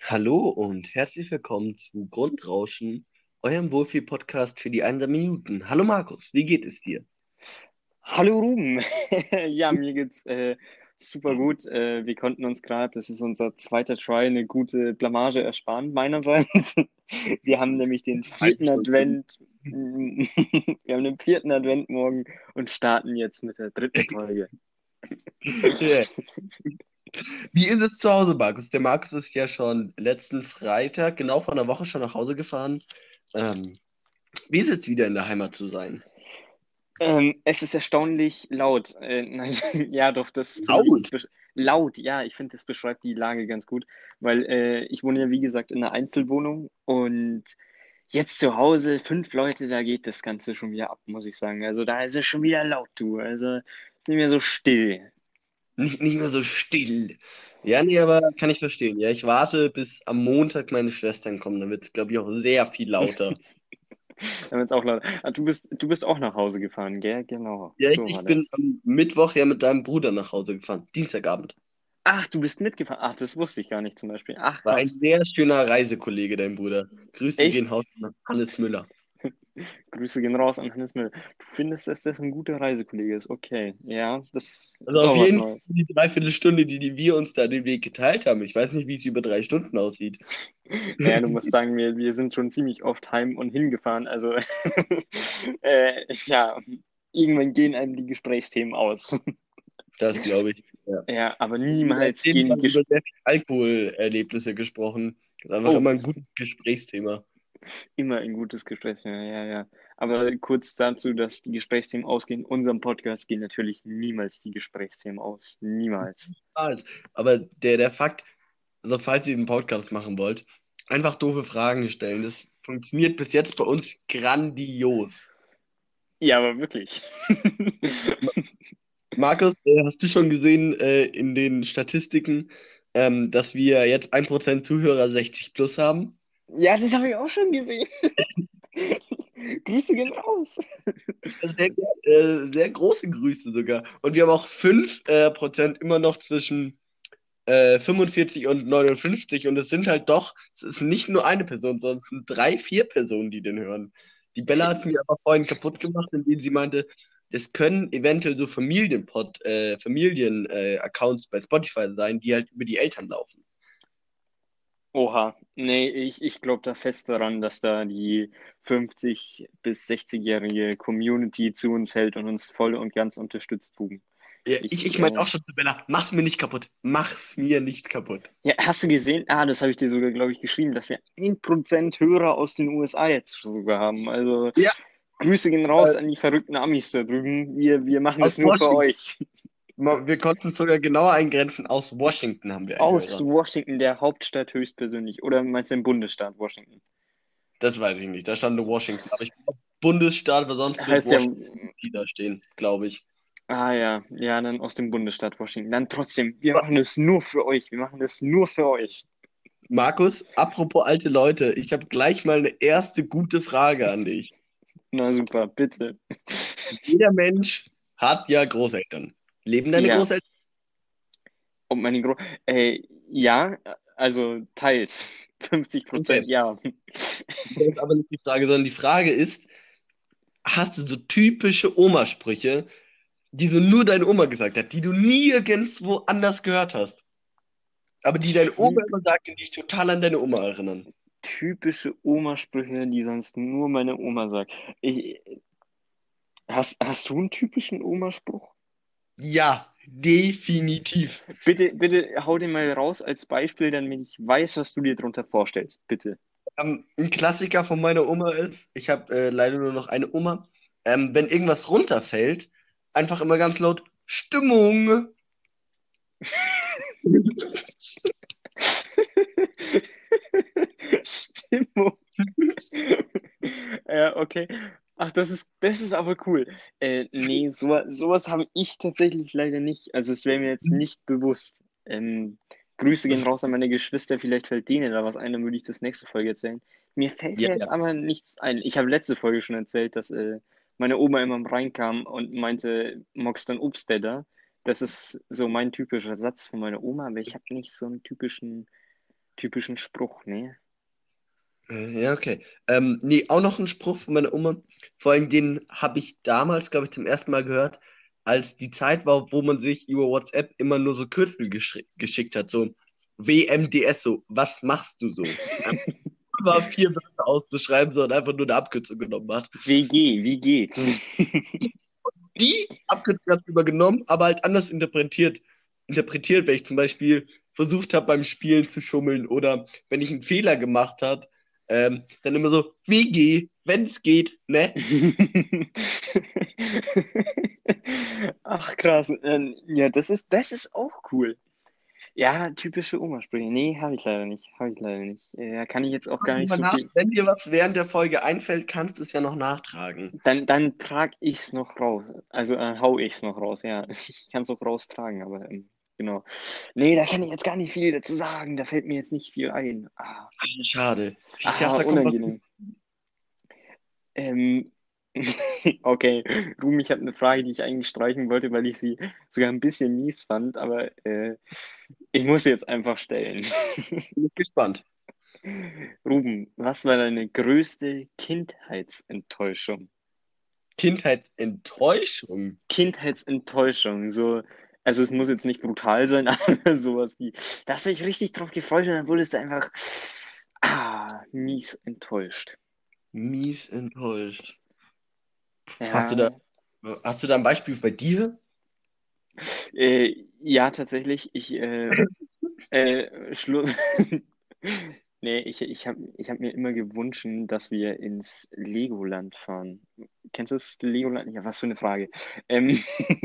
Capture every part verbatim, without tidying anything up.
Hallo und herzlich willkommen zu Grundrauschen, eurem Wohlfühl-Podcast für die einsamen Minuten. Hallo Markus, wie geht es dir? Hallo Ruben. Ja, mir geht's äh, super gut. Äh, wir konnten uns gerade, das ist unser zweiter Try, eine gute Blamage ersparen, meinerseits. Wir haben nämlich den vierten Einverstanden. Advent, wir haben den vierten Advent morgen und starten jetzt mit der dritten Folge. Ja. Wie ist es zu Hause, Markus? Der Markus ist ja schon letzten Freitag, genau vor einer Woche, schon nach Hause gefahren. Ähm, Wie ist es wieder in der Heimat zu sein? Ähm, es ist erstaunlich laut. Äh, nein, ja, doch, das finde ich Laut. besch- laut. Ja, ich finde, das beschreibt die Lage ganz gut, weil äh, ich wohne ja, wie gesagt, in einer Einzelwohnung und jetzt zu Hause, fünf Leute, da geht das Ganze schon wieder ab, muss ich sagen. Also da ist es schon wieder laut, du. Also nicht mehr so still. Nicht, nicht mehr so still. Ja, nee, aber kann ich verstehen. Ja, ich warte, bis am Montag meine Schwestern kommen. Dann wird es, glaube ich, auch sehr viel lauter. Da wird's auch laut. Ah, du bist, du bist auch nach Hause gefahren, gell? Genau, Ja, ich, so war ich bin das. am Mittwoch ja mit deinem Bruder nach Hause gefahren. Dienstagabend. Ach, du bist mitgefahren. Ach, das wusste ich gar nicht zum Beispiel. Ach, War ein krass. sehr schöner Reisekollege, dein Bruder. Grüße gehen Echt? raus an Hannes Müller. Grüße gehen raus an Hannes Müller. Du findest, dass das ein guter Reisekollege ist. Okay, ja, das Also ist auf auch was jeden Fall Neues. die Dreiviertelstunde, die, die wir uns da den Weg geteilt haben. Ich weiß nicht, wie es über drei Stunden aussieht. Naja, du musst sagen, wir, wir sind schon ziemlich oft heim und hingefahren. Also, äh, ja, irgendwann gehen einem die Gesprächsthemen aus. Das glaube ich. Ja. Ja, aber Wir haben auf niemals jeden gehen die Fall über Gespräche. sehr viele Alkoholerlebnisse gesprochen. Das ist einfach Oh, immer ein gutes Gesprächsthema. immer ein gutes Gesprächsthema, ja, ja. Aber kurz dazu, dass die Gesprächsthemen ausgehen. Unserem Podcast gehen natürlich niemals die Gesprächsthemen aus. Niemals. Aber der, der Fakt, also falls ihr den Podcast machen wollt, einfach doofe Fragen stellen. Das funktioniert bis jetzt bei uns grandios. Ja, aber wirklich. Markus, äh, hast du schon gesehen äh, in den Statistiken, ähm, dass wir jetzt ein Prozent Zuhörer sechzig plus haben? Ja, das habe ich auch schon gesehen. Grüße gehen raus. Also sehr, äh, sehr große Grüße sogar. Und wir haben auch fünf äh, Prozent immer noch zwischen äh, fünfundvierzig und neunundfünfzig. Und es sind halt doch, es ist nicht nur eine Person, sondern es sind drei, vier Personen, die den hören. Die Bella hat es mir aber vorhin kaputt gemacht, indem sie meinte, das können eventuell so Familienpod, äh, Familien-Accounts bei Spotify sein, die halt über die Eltern laufen. Oha, nee, ich, ich glaube da fest daran, dass da die fünfzig- bis sechzig-jährige Community zu uns hält und uns voll und ganz unterstützt, Ruben. Ja, ich, Ich, ich meinte äh, auch schon zu Bella, mach's mir nicht kaputt. Mach's mir nicht kaputt. ja, hast du gesehen? Ah, das habe ich dir sogar, glaube ich, geschrieben, dass wir ein Prozent Hörer aus den U S A jetzt sogar haben. Also Ja, Grüße gehen raus äh, an die verrückten Amis da drüben. Wir, wir machen aus das nur für Washington. euch. Ma- Wir konnten es sogar genauer eingrenzen. Aus Washington haben wir einen Aus Hörer. Washington, der Hauptstadt höchstpersönlich. Oder meinst du den Bundesstaat Washington? Das weiß ich nicht. Da stand nur Washington. Aber ich glaube, Bundesstaat, weil sonst wird Heißt ja, Washington da stehen, glaube ich. ah ja, ja, dann aus dem Bundesstaat Washington. Dann trotzdem, wir machen das nur für euch. Wir machen das nur für euch. Markus, apropos alte Leute, ich habe gleich mal eine erste gute Frage an dich. Na super, bitte. Jeder Mensch hat ja Großeltern. Leben deine Ja, Großeltern? und meine Gro äh, ja, also teils. fünfzig Prozent Okay. ja. Das ist aber nicht die Frage, sondern die Frage ist, hast du so typische Omasprüche, die so nur deine Oma gesagt hat, die du nirgendwo anders gehört hast, aber die deine Oma Typ, immer sagt und die dich total an deine Oma erinnern? typische Omasprüche, die sonst nur meine Oma sagt. Ich, hast, hast du einen typischen Omaspruch? Ja, definitiv. Bitte, bitte hau den mal raus als Beispiel, damit ich weiß, was du dir darunter vorstellst. Bitte. Ähm, ein Klassiker von meiner Oma ist, ich habe äh, leider nur noch eine Oma, ähm, wenn irgendwas runterfällt, einfach immer ganz laut Stimmung. Stimmung. Ja, okay. Ach, das ist, das ist aber cool. Äh, nee, so, sowas habe ich tatsächlich leider nicht. Also es wäre mir jetzt nicht bewusst. Ähm, Grüße gehen raus an meine Geschwister, vielleicht fällt denen da was ein, dann würde ich das nächste Folge erzählen. Mir fällt Ja, ja ja. jetzt aber nichts ein. Ich habe letzte Folge schon erzählt, dass äh, meine Oma immer reinkam und meinte, magst du einen Obstteller? Das ist so mein typischer Satz von meiner Oma, aber ich habe nicht so einen typischen typischen Spruch, ne? Äh, Ja, okay. Ähm, nee, auch noch ein Spruch von meiner Oma. Vor allem den habe ich damals, glaube ich, zum ersten Mal gehört, als die Zeit war, wo man sich über WhatsApp immer nur so Kürzel gesch geschickt hat. So W M D S, so, was machst du so? Einfach über vier Wörter auszuschreiben, sondern einfach nur eine Abkürzung genommen hat. W G, wie geht's? Die Abkürzung hat übergenommen, aber halt anders interpretiert. Interpretiert, wenn ich zum Beispiel versucht habe, beim Spielen zu schummeln oder wenn ich einen Fehler gemacht habe, ähm, dann immer so, W G, wenn es geht, ne? Ach krass. Ähm, ja, das ist, das ist auch cool. Ja, typische Oma-Sprüche. Nee, habe ich leider nicht. Habe ich leider nicht. Äh, Da kann ich jetzt auch gar nicht Drüber so nach, viel. wenn dir was während der Folge einfällt, kannst du es ja noch nachtragen. Dann, dann trag ich's noch raus. Also äh, hau ich's noch raus, ja. Ich kann es auch raustragen, aber ähm, genau. Nee, da kann ich jetzt gar nicht viel dazu sagen. Da fällt mir jetzt nicht viel ein. Ah, Schade. Ich ah dachte, da kommt was. unangenehm. Ähm, okay, Ruhm, ich habe eine Frage, die ich eigentlich streichen wollte, weil ich sie sogar ein bisschen mies fand, aber äh, ich muss sie jetzt einfach stellen. Bin ich gespannt. Ruben, was war deine größte Kindheitsenttäuschung? Kindheitsenttäuschung. Kindheitsenttäuschung, so, also es muss jetzt nicht brutal sein, aber sowas wie, da hast du dich richtig drauf gefreut und dann wurdest du einfach ah, mies enttäuscht. Mies enttäuscht. Hast du da, Ja, hast du da ein Beispiel bei dir? äh, ja, tatsächlich, ich äh, Äh, Schluss. Nee, ich, ich habe ich hab mir immer gewünscht, dass wir ins Legoland fahren. Kennst du das Legoland? Ja, was für eine Frage. Ähm,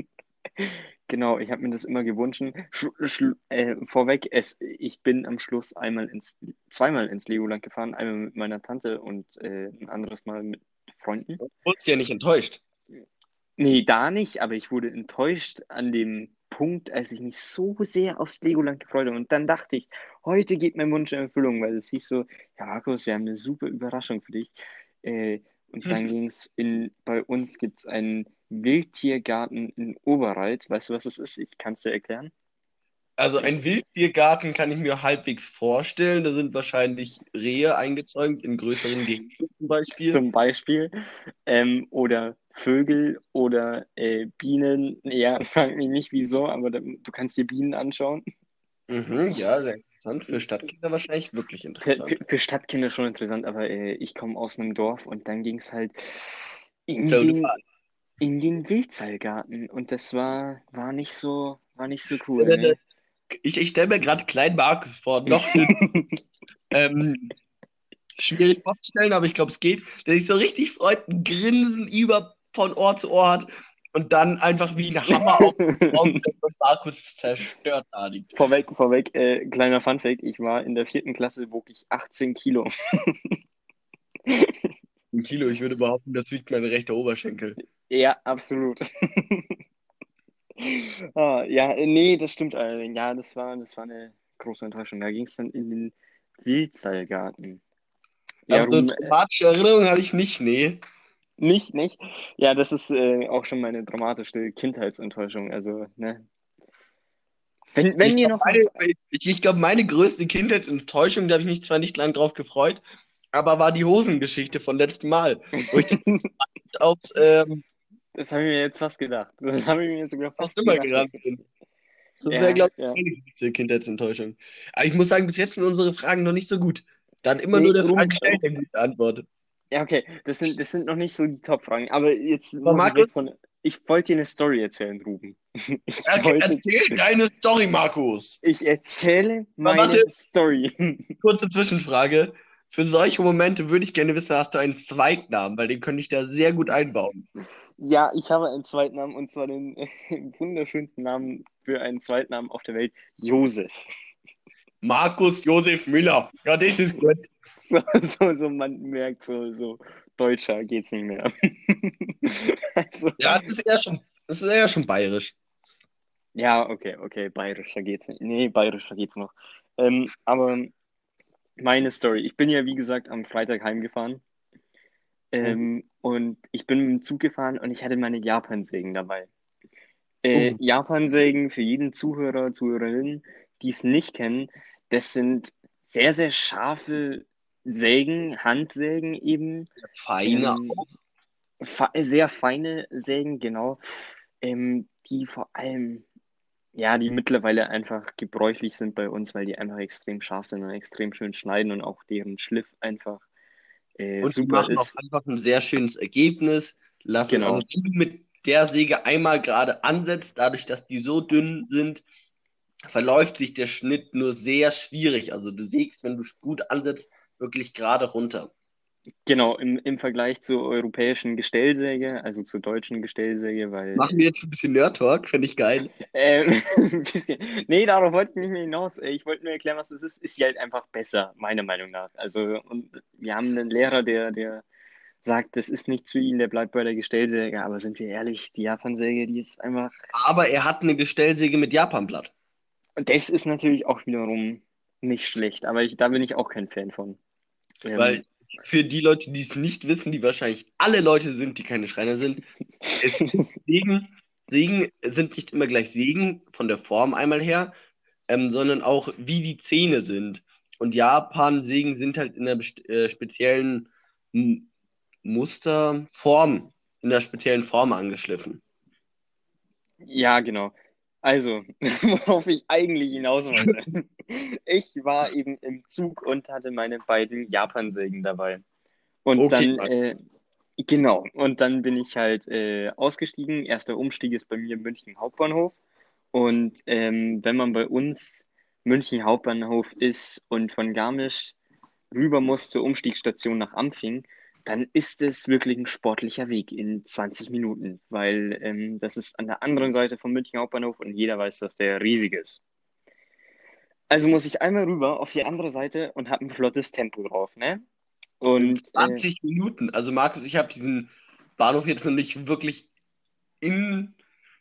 genau, ich habe mir das immer gewünscht. Schlu schlu äh, vorweg, es, ich bin am Schluss einmal ins, zweimal ins Legoland gefahren, einmal mit meiner Tante und äh, ein anderes Mal mit Freunden. Du wurdest ja nicht enttäuscht. Nee, da nicht, aber ich wurde enttäuscht an dem Punkt, als ich mich so sehr aufs Legoland gefreut habe. Und dann dachte ich, heute geht mein Wunsch in Erfüllung, weil es hieß so, ja, Markus, wir haben eine super Überraschung für dich. Äh, und dann ging es in, bei uns gibt es einen Wildtiergarten in Oberreit. Weißt du, was es ist? Ich kann es dir erklären. Also ein Wildtiergarten kann ich mir halbwegs vorstellen. Da sind wahrscheinlich Rehe eingezäunt in größeren Gegenden zum Beispiel. Zum Beispiel. Ähm, oder Vögel oder äh, Bienen. Ja, frag mich nicht wieso, aber da, du kannst dir Bienen anschauen. Mhm, ja, sehr interessant. Für Stadtkinder wahrscheinlich wirklich Für, für, interessant. für Stadtkinder schon interessant, aber äh, ich komme aus einem Dorf und dann ging es halt in So, du, den, in den Wildseilgarten und das war, war nicht so, war nicht so cool, ne? ich, ich stelle mir gerade Klein Markus vor, noch eine, ähm, schwierig vorzustellen, aber ich glaube, es geht, der sich so richtig freut, ein Grinsen über von Ohr zu Ohr hat und dann einfach wie ein Hammer auf den Raum fällt und Markus zerstört da liegt. Vorweg, vorweg, äh, kleiner Funfact, ich war in der vierten Klasse, wog ich achtzehn Kilo. Ein Kilo, ich würde behaupten, das wiegt mein rechter Oberschenkel. Ja, absolut. Ah, ja, äh, nee, das stimmt. Äh, ja, das war, das war eine große Enttäuschung. Da ging es dann in den Wildseilgarten. Ja, Also eine Ruben, äh, traumatische Erinnerung habe ich nicht, nee. nicht, nicht. Ja, das ist äh, auch schon meine dramatischste Kindheitsenttäuschung. Also, ne. Wenn, wenn Ich dir glaube, noch meine, was. ich, ich glaub, meine größte Kindheitsenttäuschung, da habe ich mich zwar nicht lange drauf gefreut, aber war die Hosengeschichte von letztem Mal, wo ich dann aufs, ähm, Das habe ich mir jetzt fast gedacht. Das habe ich mir sogar aufs fast Zimmer gedacht. gerannt Dass, bin. Das wäre, ja, glaube ich, ja. meine größte Kindheitsenttäuschung. Aber ich muss sagen, bis jetzt sind unsere Fragen noch nicht so gut. Dann immer nur Nee, der Ruben. Frage stellen, der gute Antwort. Ja, okay. Das sind, das sind noch nicht so die Top-Fragen. Aber jetzt Aber muss ich Markus, weg von. Ich wollte dir eine Story erzählen, Ruben. Ich okay, wollte. erzähl deine Story, Markus. Ich erzähle Aber meine warte, Story. kurze Zwischenfrage. Für solche Momente würde ich gerne wissen, hast du einen Zweitnamen, weil den könnte ich da sehr gut einbauen. Ja, ich habe einen Zweitnamen und zwar den äh, wunderschönsten Namen für einen Zweitnamen auf der Welt, Josef. Markus Josef Müller. Ja, das ist gut. So, so, so man merkt, so, so deutscher geht's nicht mehr. Also, Ja, das ist eher schon, das ist eher schon bayerisch. ja, okay, okay, bayerischer geht's nicht. Nee, bayerischer geht's noch. Ähm, aber meine Story, ich bin ja wie gesagt am Freitag heimgefahren Mhm. ähm, und ich bin mit dem Zug gefahren und ich hatte meine Japansägen dabei. Äh, Mhm. Japansägen für jeden Zuhörer, Zuhörerin, die es nicht kennen, das sind sehr, sehr scharfe Sägen, Handsägen eben. Feine. Ähm, fe sehr feine Sägen, genau. Ähm, die vor allem, ja, die mittlerweile einfach gebräuchlich sind bei uns, weil die einfach extrem scharf sind und extrem schön schneiden und auch deren Schliff einfach äh, Und die super machen auch ist. einfach ein sehr schönes Ergebnis. Lassen, also Genau. wenn du mit der Säge einmal gerade ansetzt, dadurch, dass die so dünn sind, verläuft sich der Schnitt nur sehr schwierig. Also du sägst, wenn du gut ansetzt, wirklich gerade runter. Genau, im, im Vergleich zur europäischen Gestellsäge, also zur deutschen Gestellsäge, Machen wir weil jetzt ein bisschen Nerd-Talk, finde ich geil. äh, ein bisschen. Nee, darauf wollte ich nicht mehr hinaus. Äh, Ich wollte nur erklären, was das ist. Ist sie halt einfach besser, meiner Meinung nach. Also, und wir haben einen Lehrer, der, der sagt, das ist nichts für ihn, der bleibt bei der Gestellsäge. Aber sind wir ehrlich, die Japansäge, die ist einfach. Aber er hat eine Gestellsäge mit Japanblatt. Und das ist natürlich auch wiederum nicht schlecht, aber ich, da bin ich auch kein Fan von. Ähm, Weil für die Leute, die es nicht wissen, die wahrscheinlich alle Leute sind, die keine Schreiner sind, es gibt Sägen. Sägen sind nicht immer gleich Sägen von der Form einmal her, ähm, sondern auch wie die Zähne sind. Und Japan-Sägen sind halt in einer best- äh, speziellen M- Musterform, in einer speziellen Form angeschliffen. Ja, genau. Also, worauf ich eigentlich hinaus wollte. Ich war eben im Zug und hatte meine beiden Japansägen dabei. Und Okay, dann, Mann. äh, genau, und dann bin ich halt äh, ausgestiegen. Erster Umstieg ist bei mir München Hauptbahnhof. Und ähm, wenn man bei uns München Hauptbahnhof ist und von Garmisch rüber muss zur Umstiegsstation nach Ampfing, dann ist es wirklich ein sportlicher Weg in zwanzig Minuten, weil ähm, das ist an der anderen Seite vom München Hauptbahnhof und jeder weiß, dass der riesig ist. Also muss ich einmal rüber auf die andere Seite und habe ein flottes Tempo drauf, ne? In Und äh, zwanzig Minuten. Also Markus, ich habe diesen Bahnhof jetzt noch nicht wirklich in.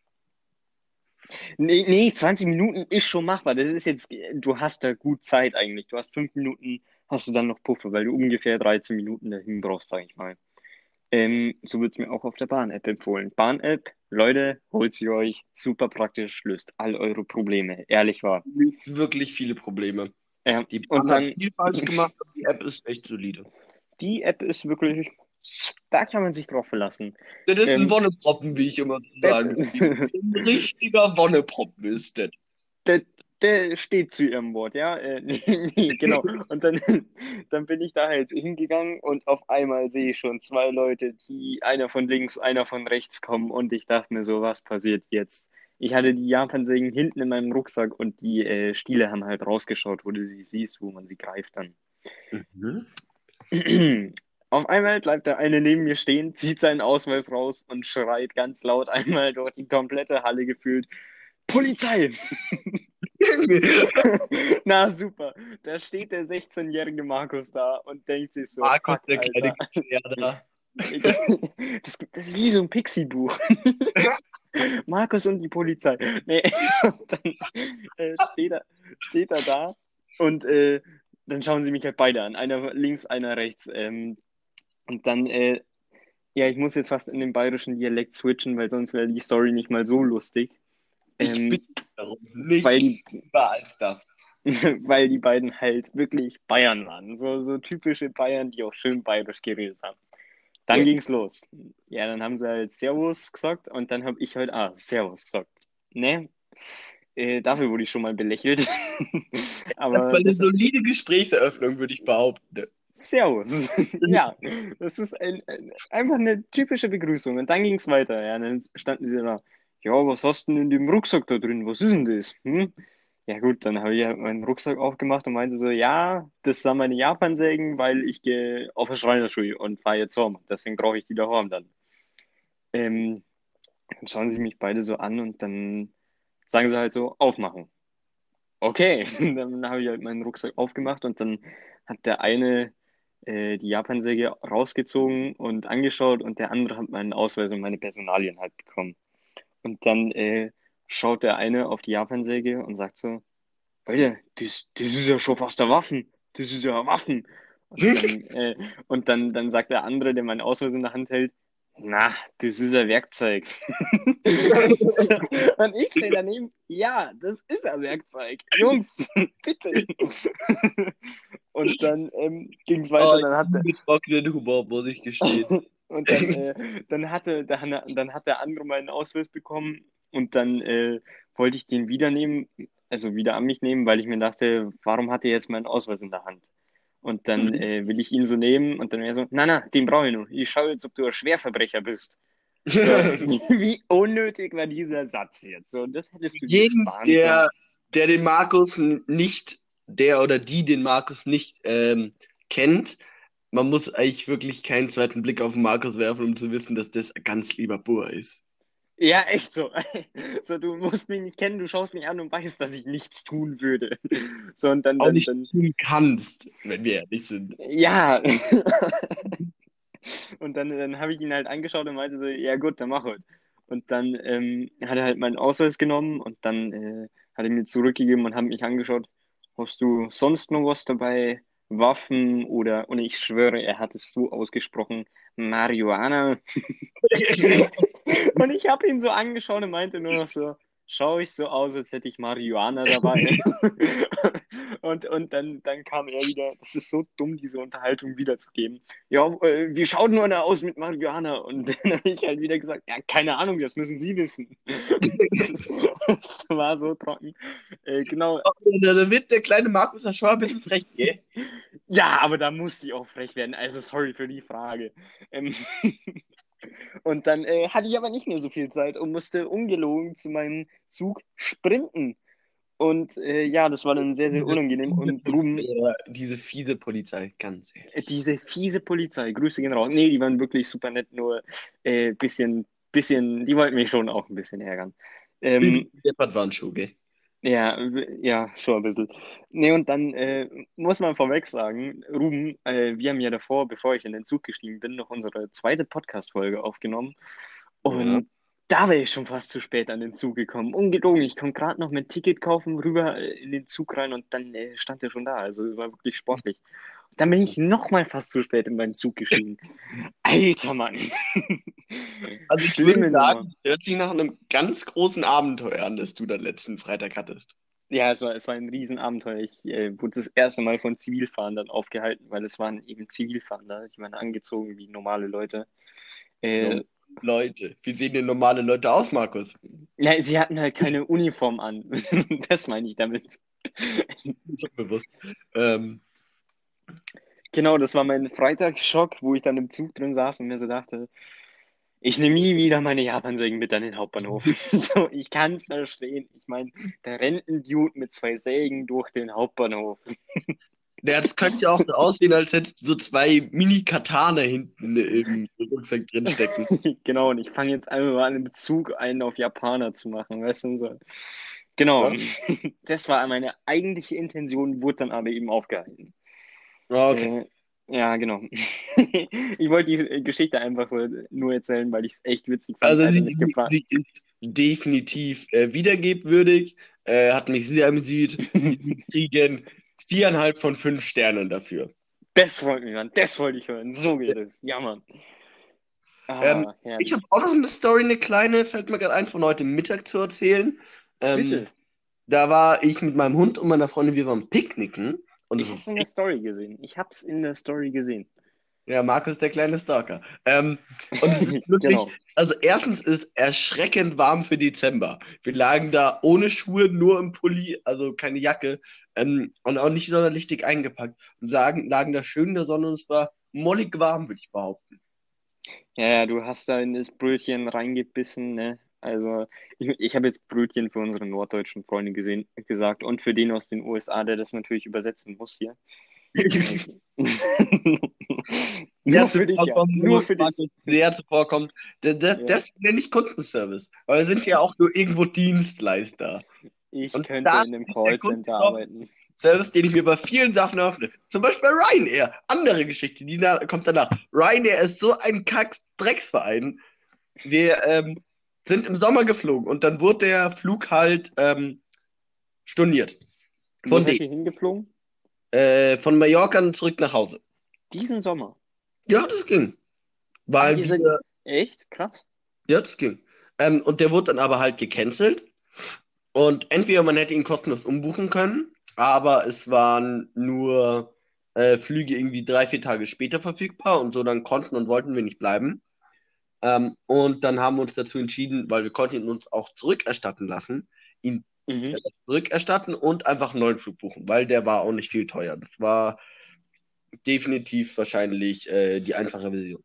nee, nee, zwanzig Minuten ist schon machbar. Das ist jetzt, du hast da gut Zeit eigentlich. Du hast fünf Minuten, hast du dann noch Puffer, weil du ungefähr dreizehn Minuten dahin brauchst, sag ich mal. Ähm, so wird es mir auch auf der Bahn-App empfohlen. Bahn-App, Leute, holt sie euch, super praktisch, löst all eure Probleme. Ehrlich wahr. Wirklich viele Probleme. Ja, Die und Bahn hat dann, viel falsch gemacht, aber die App ist echt solide. die App ist wirklich, da kann man sich drauf verlassen. Das ist ein Ähm, Wonneproppen, wie ich immer zu der, sagen pflege. Ein richtiger Wonneproppen ist das. der, der steht zu ihrem Wort, ja? Äh, nee, nee, genau. Und dann, dann bin ich da halt hingegangen und auf einmal sehe ich schon zwei Leute, die einer von links, einer von rechts kommen und ich dachte mir so, was passiert jetzt? Ich hatte die Japansägen hinten in meinem Rucksack und die äh, Stiele haben halt rausgeschaut, wo du sie siehst, wo man sie greift dann. Mhm. Auf einmal bleibt der eine neben mir stehen, zieht seinen Ausweis raus und schreit ganz laut einmal durch die komplette Halle gefühlt: Polizei! Na super, da steht der sechzehn-jährige Markus da und denkt sich so, Markus, fuck, der kleine Alter. Gefährder. Das, das ist wie so ein Pixie-Buch. Markus und die Polizei. Nee, und dann äh, steht er, steht er da und äh, dann schauen sie mich halt beide an. Einer links, einer rechts. Ähm, und dann, äh, ja, ich muss jetzt fast in den bayerischen Dialekt switchen, weil sonst wäre die Story nicht mal so lustig. Ich Ähm, bitte darum. weil Nichts die lieber als das. weil die beiden halt wirklich Bayern waren. So, so typische Bayern, die auch schön bayerisch geredet haben. Dann Gut. ging's los. Ja, dann haben sie halt Servus gesagt und dann habe ich halt, ah, Servus gesagt. Ne? Äh, dafür wurde ich schon mal belächelt. Das Aber war eine das, solide Gesprächsäffnung, würde ich behaupten. Servus. Ja, das ist ein, ein, einfach eine typische Begrüßung. Und dann ging's weiter. Ja, dann standen sie da. Ja, was hast du denn in dem Rucksack da drin? Was ist denn das? Hm? Ja gut, dann habe ich halt meinen Rucksack aufgemacht und meinte so, ja, das sind meine Japansägen, weil ich gehe auf eine Schreinerschule und fahre jetzt heim. Deswegen brauche ich die daheim dann. Ähm, Dann schauen sie mich beide so an und dann sagen sie halt so, aufmachen. Okay, dann habe ich halt meinen Rucksack aufgemacht und dann hat der eine äh, die Japansäge rausgezogen und angeschaut und der andere hat meinen Ausweis und meine Personalien halt bekommen. Und dann äh, schaut der eine auf die Japansäge und sagt so, Alter, das, das ist ja schon fast eine Waffen. Das ist ja eine Waffen. Und dann, äh, und dann, dann sagt der andere, der meinen Ausweis in der Hand hält, Na, das ist ein Werkzeug. Und ich stehe daneben, ja, das ist ein Werkzeug. Jungs, bitte. Und dann ähm, ging es weiter, Oh, dann ich hatte, liebe trockenen Humor, muss ich gestehen. und dann, äh, dann hatte, dann, dann hat der andere meinen Ausweis bekommen und dann äh, wollte ich den wieder nehmen, also wieder an mich nehmen, weil ich mir dachte, warum hat er jetzt meinen Ausweis in der Hand? Und dann äh, will ich ihn so nehmen und dann wäre so, na, na, den brauche ich noch. Ich schaue jetzt, ob du ein Schwerverbrecher bist. So, wie unnötig war dieser Satz jetzt? So, das hättest du dir Jeden, sparen können. der, der den Markus n- nicht, der oder die den Markus nicht ähm, kennt, man muss eigentlich wirklich keinen zweiten Blick auf den Markus werfen, um zu wissen, dass das ein ganz lieber Bur ist. Ja, echt so. So, du musst mich nicht kennen, du schaust mich an und weißt, dass ich nichts tun würde. So, und dann, Auch dann, nicht dann, tun kannst, wenn wir ehrlich sind. ja. Und dann, dann habe ich ihn halt angeschaut und meinte so, ja gut, dann mach halt. Und dann ähm, hat er halt meinen Ausweis genommen und dann äh, hat er mir zurückgegeben und hat mich angeschaut, hast du sonst noch was dabei? Waffen oder, und ich schwöre, er hat es so ausgesprochen, Marihuana. Und ich habe ihn so angeschaut und meinte nur noch so, schaue ich so aus, als hätte ich Marihuana dabei. Und, und dann, dann kam er wieder, das ist so dumm, diese Unterhaltung wiederzugeben. Ja, äh, wie schaut nur einer aus mit Marihuana? Und dann habe ich halt wieder gesagt, ja, keine Ahnung, das müssen Sie wissen. Das war so trocken. Äh, genau. Da wird der kleine Markus ja schon ein bisschen frech, gell? Ja, aber da musste ich auch frech werden. Also sorry für die Frage. Ähm, Und dann äh, hatte ich aber nicht mehr so viel Zeit und musste ungelogen zu meinem Zug sprinten. Und äh, ja, das war dann sehr, sehr Diese unangenehm. fiese Und drum Polizei, ja, diese fiese Polizei, ganz äh, ehrlich. diese fiese Polizei, Grüße gehen raus. Nee, die waren wirklich super nett, nur äh, bisschen, bisschen, die wollten mich schon auch ein bisschen ärgern. Ähm, Der Badwandschuh, gell? ja, w- ja, schon ein bisschen. Nee, und dann äh, muss man vorweg sagen, Ruben, äh, wir haben ja davor, bevor ich in den Zug gestiegen bin, noch unsere zweite Podcast-Folge aufgenommen. Ja. Und da wäre ich schon fast zu spät an den Zug gekommen. Ungelogen, ich konnte gerade noch mein Ticket kaufen, rüber äh, in den Zug rein und dann äh, stand er schon da. Also war wirklich sportlich. Und dann bin ich nochmal fast zu spät in meinen Zug gestiegen. Alter Mann. Also ich würde Schlimme Nummer. sagen, das hört sich nach einem ganz großen Abenteuer an, das du da letzten Freitag hattest. Ja, es war, es war ein Riesenabenteuer. Ich äh, wurde das erste Mal von Zivilfahndern aufgehalten, weil es waren eben Zivilfahnder. Die waren angezogen wie normale Leute. Äh, Normale Leute. Wie sehen denn normale Leute aus, Markus? ja, sie hatten halt keine Uniform an. Das meine ich damit. Ist mir bewusst. Ähm, Genau, das war mein Freitagsschock, wo ich dann im Zug drin saß und mir so dachte, ich nehme nie wieder meine Japansägen mit an den Hauptbahnhof. So, ich kann es verstehen. Ich meine, da rennt ein Dude mit zwei Sägen durch den Hauptbahnhof. ja, das könnte ja auch so aussehen, als hättest du so zwei Mini-Katana hinten im Rucksack drin stecken. Genau, und ich fange jetzt einfach mal an, im Zug einen auf Japaner zu machen, weißt du? So. Genau, Ja? das war meine eigentliche Intention, wurde dann aber eben aufgehalten. Ah, okay. Äh, ja, genau. Ich wollte die Geschichte einfach so nur erzählen, weil ich es echt witzig fand, Also als er sie, mich sie, gefragt. sie ist definitiv äh, wiedergebwürdig, äh, hat mich sehr amüsiert. Sie kriegen viereinhalb von fünf Sternen dafür. Das wollte ich hören, das wollte ich hören. So geht es. Ja, Mann. Ähm, Ah, ich habe herrlich. auch noch eine Story, eine kleine, fällt mir gerade ein, von heute Mittag zu erzählen. Ähm, Bitte. da war ich mit meinem Hund und meiner Freundin, wir waren picknicken. Und Ich es hab's ist in der echt, Story gesehen. Ich hab's in der Story gesehen. ja, Markus, der kleine Stalker. Ähm, und es ist wirklich, Genau. also erstens ist erschreckend warm für Dezember. Wir lagen da ohne Schuhe, nur im Pulli, also keine Jacke, ähm, und auch nicht sonderlich dick eingepackt. Und lagen, lagen da schön in der Sonne und es war mollig warm, würde ich behaupten. Ja, ja, du hast da in das Brötchen reingebissen, ne? Also, ich, ich habe jetzt Brötchen für unsere norddeutschen Freunde gesehen, gesagt und für den aus den U S A, der das natürlich übersetzen muss hier. Äh, Sehr Nur für dich, ja. zuvorkommend, Nur für dich. Markus, sehr zuvorkommend. Das, das, Ja. das nenne ich Kundenservice. Weil wir sind ja auch nur irgendwo Dienstleister. Ich Und könnte da in einem ist der Callcenter Kundenservice, arbeiten. den ich mir bei vielen Sachen öffne. Zum Beispiel bei Ryanair. Andere Geschichte, die na, kommt danach. Ryanair ist so ein Kacks-Drecksverein. Wir ähm, sind im Sommer geflogen und dann wurde der Flug halt ähm, storniert. Wo Von seid denen. ihr hingeflogen? Äh, von Mallorca zurück nach Hause. Diesen Sommer. Ja, das ging. Ah, Weil ihr seid, wir Echt? Krass. Ja, das ging. Ähm, und der wurde dann aber halt gecancelt. Und entweder man hätte ihn kostenlos umbuchen können, aber es waren nur äh, Flüge irgendwie drei, vier Tage später verfügbar und so dann konnten und wollten wir nicht bleiben. Ähm, und dann haben wir uns dazu entschieden, weil wir konnten ihn uns auch zurückerstatten lassen, ihn äh, Mhm. zurückerstatten und einfach einen neuen Flug buchen, weil der war auch nicht viel teuer. Das war definitiv wahrscheinlich äh, die einfache Version.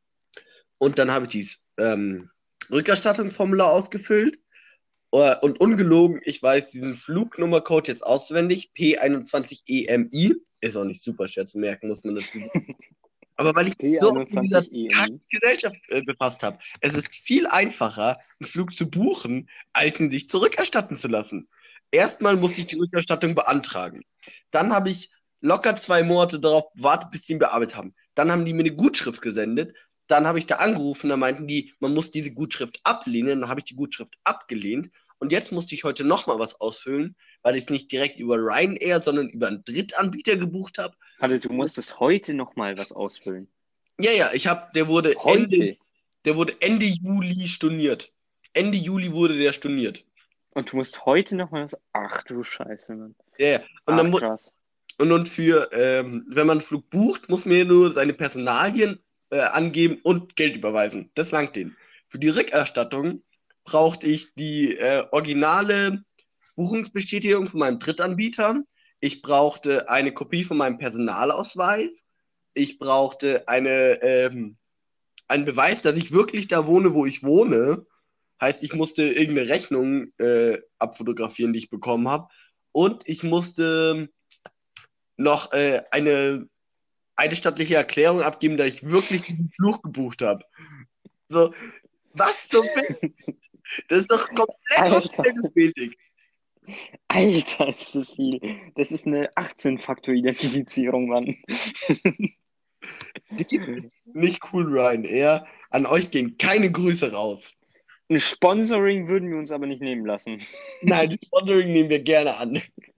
Und dann habe ich dieses ähm, Rückerstattungsformular ausgefüllt. Äh, Und ungelogen, ich weiß diesen Flugnummercode jetzt auswendig. P einundzwanzig E M I. Ist auch nicht super schwer zu merken, muss man dazu sagen. Aber weil ich mich so oft mit dieser P einundzwanzig E M I. Gesellschaft äh, befasst habe, es ist viel einfacher, einen Flug zu buchen, als ihn sich zurückerstatten zu lassen. Erstmal musste ich die Rückerstattung beantragen. Dann habe ich locker zwei Monate darauf gewartet, bis sie ihn bearbeitet haben. Dann haben die mir eine Gutschrift gesendet. Dann habe ich da angerufen, da meinten die, man muss diese Gutschrift ablehnen. Dann habe ich die Gutschrift abgelehnt. Und jetzt musste ich heute nochmal was ausfüllen, weil ich es nicht direkt über Ryanair, sondern über einen Drittanbieter gebucht habe. Warte, du musstest heute nochmal was ausfüllen. Ja, ja, ich habe, der wurde Ende, Heute. der wurde Ende Juli storniert. Ende Juli wurde der storniert. Und du musst heute nochmal was. Ach du Scheiße, Mann. Ja, ja. Und dann Ach mu- krass. und, und für, ähm, wenn man einen Flug bucht, muss man ja nur seine Personalien äh, angeben und Geld überweisen. Das langt denen. Für die Rückerstattung brauchte ich die äh, originale Buchungsbestätigung von meinem Drittanbieter. Ich brauchte eine Kopie von meinem Personalausweis. Ich brauchte eine, ähm, einen Beweis, dass ich wirklich da wohne, wo ich wohne. Heißt, ich musste irgendeine Rechnung äh, abfotografieren, die ich bekommen habe. Und ich musste noch äh, eine eidesstattliche Erklärung abgeben, dass ich wirklich diesen Fluch gebucht habe. So, was zum Fick? Das ist doch komplett Alter, unverhältnismäßig. Alter, ist das viel. Das ist eine achtzehn-Faktor-Identifizierung, Mann. Nicht cool, Ryanair. An euch gehen keine Grüße raus. Ein Sponsoring würden wir uns aber nicht nehmen lassen. Nein, das Sponsoring nehmen wir gerne an.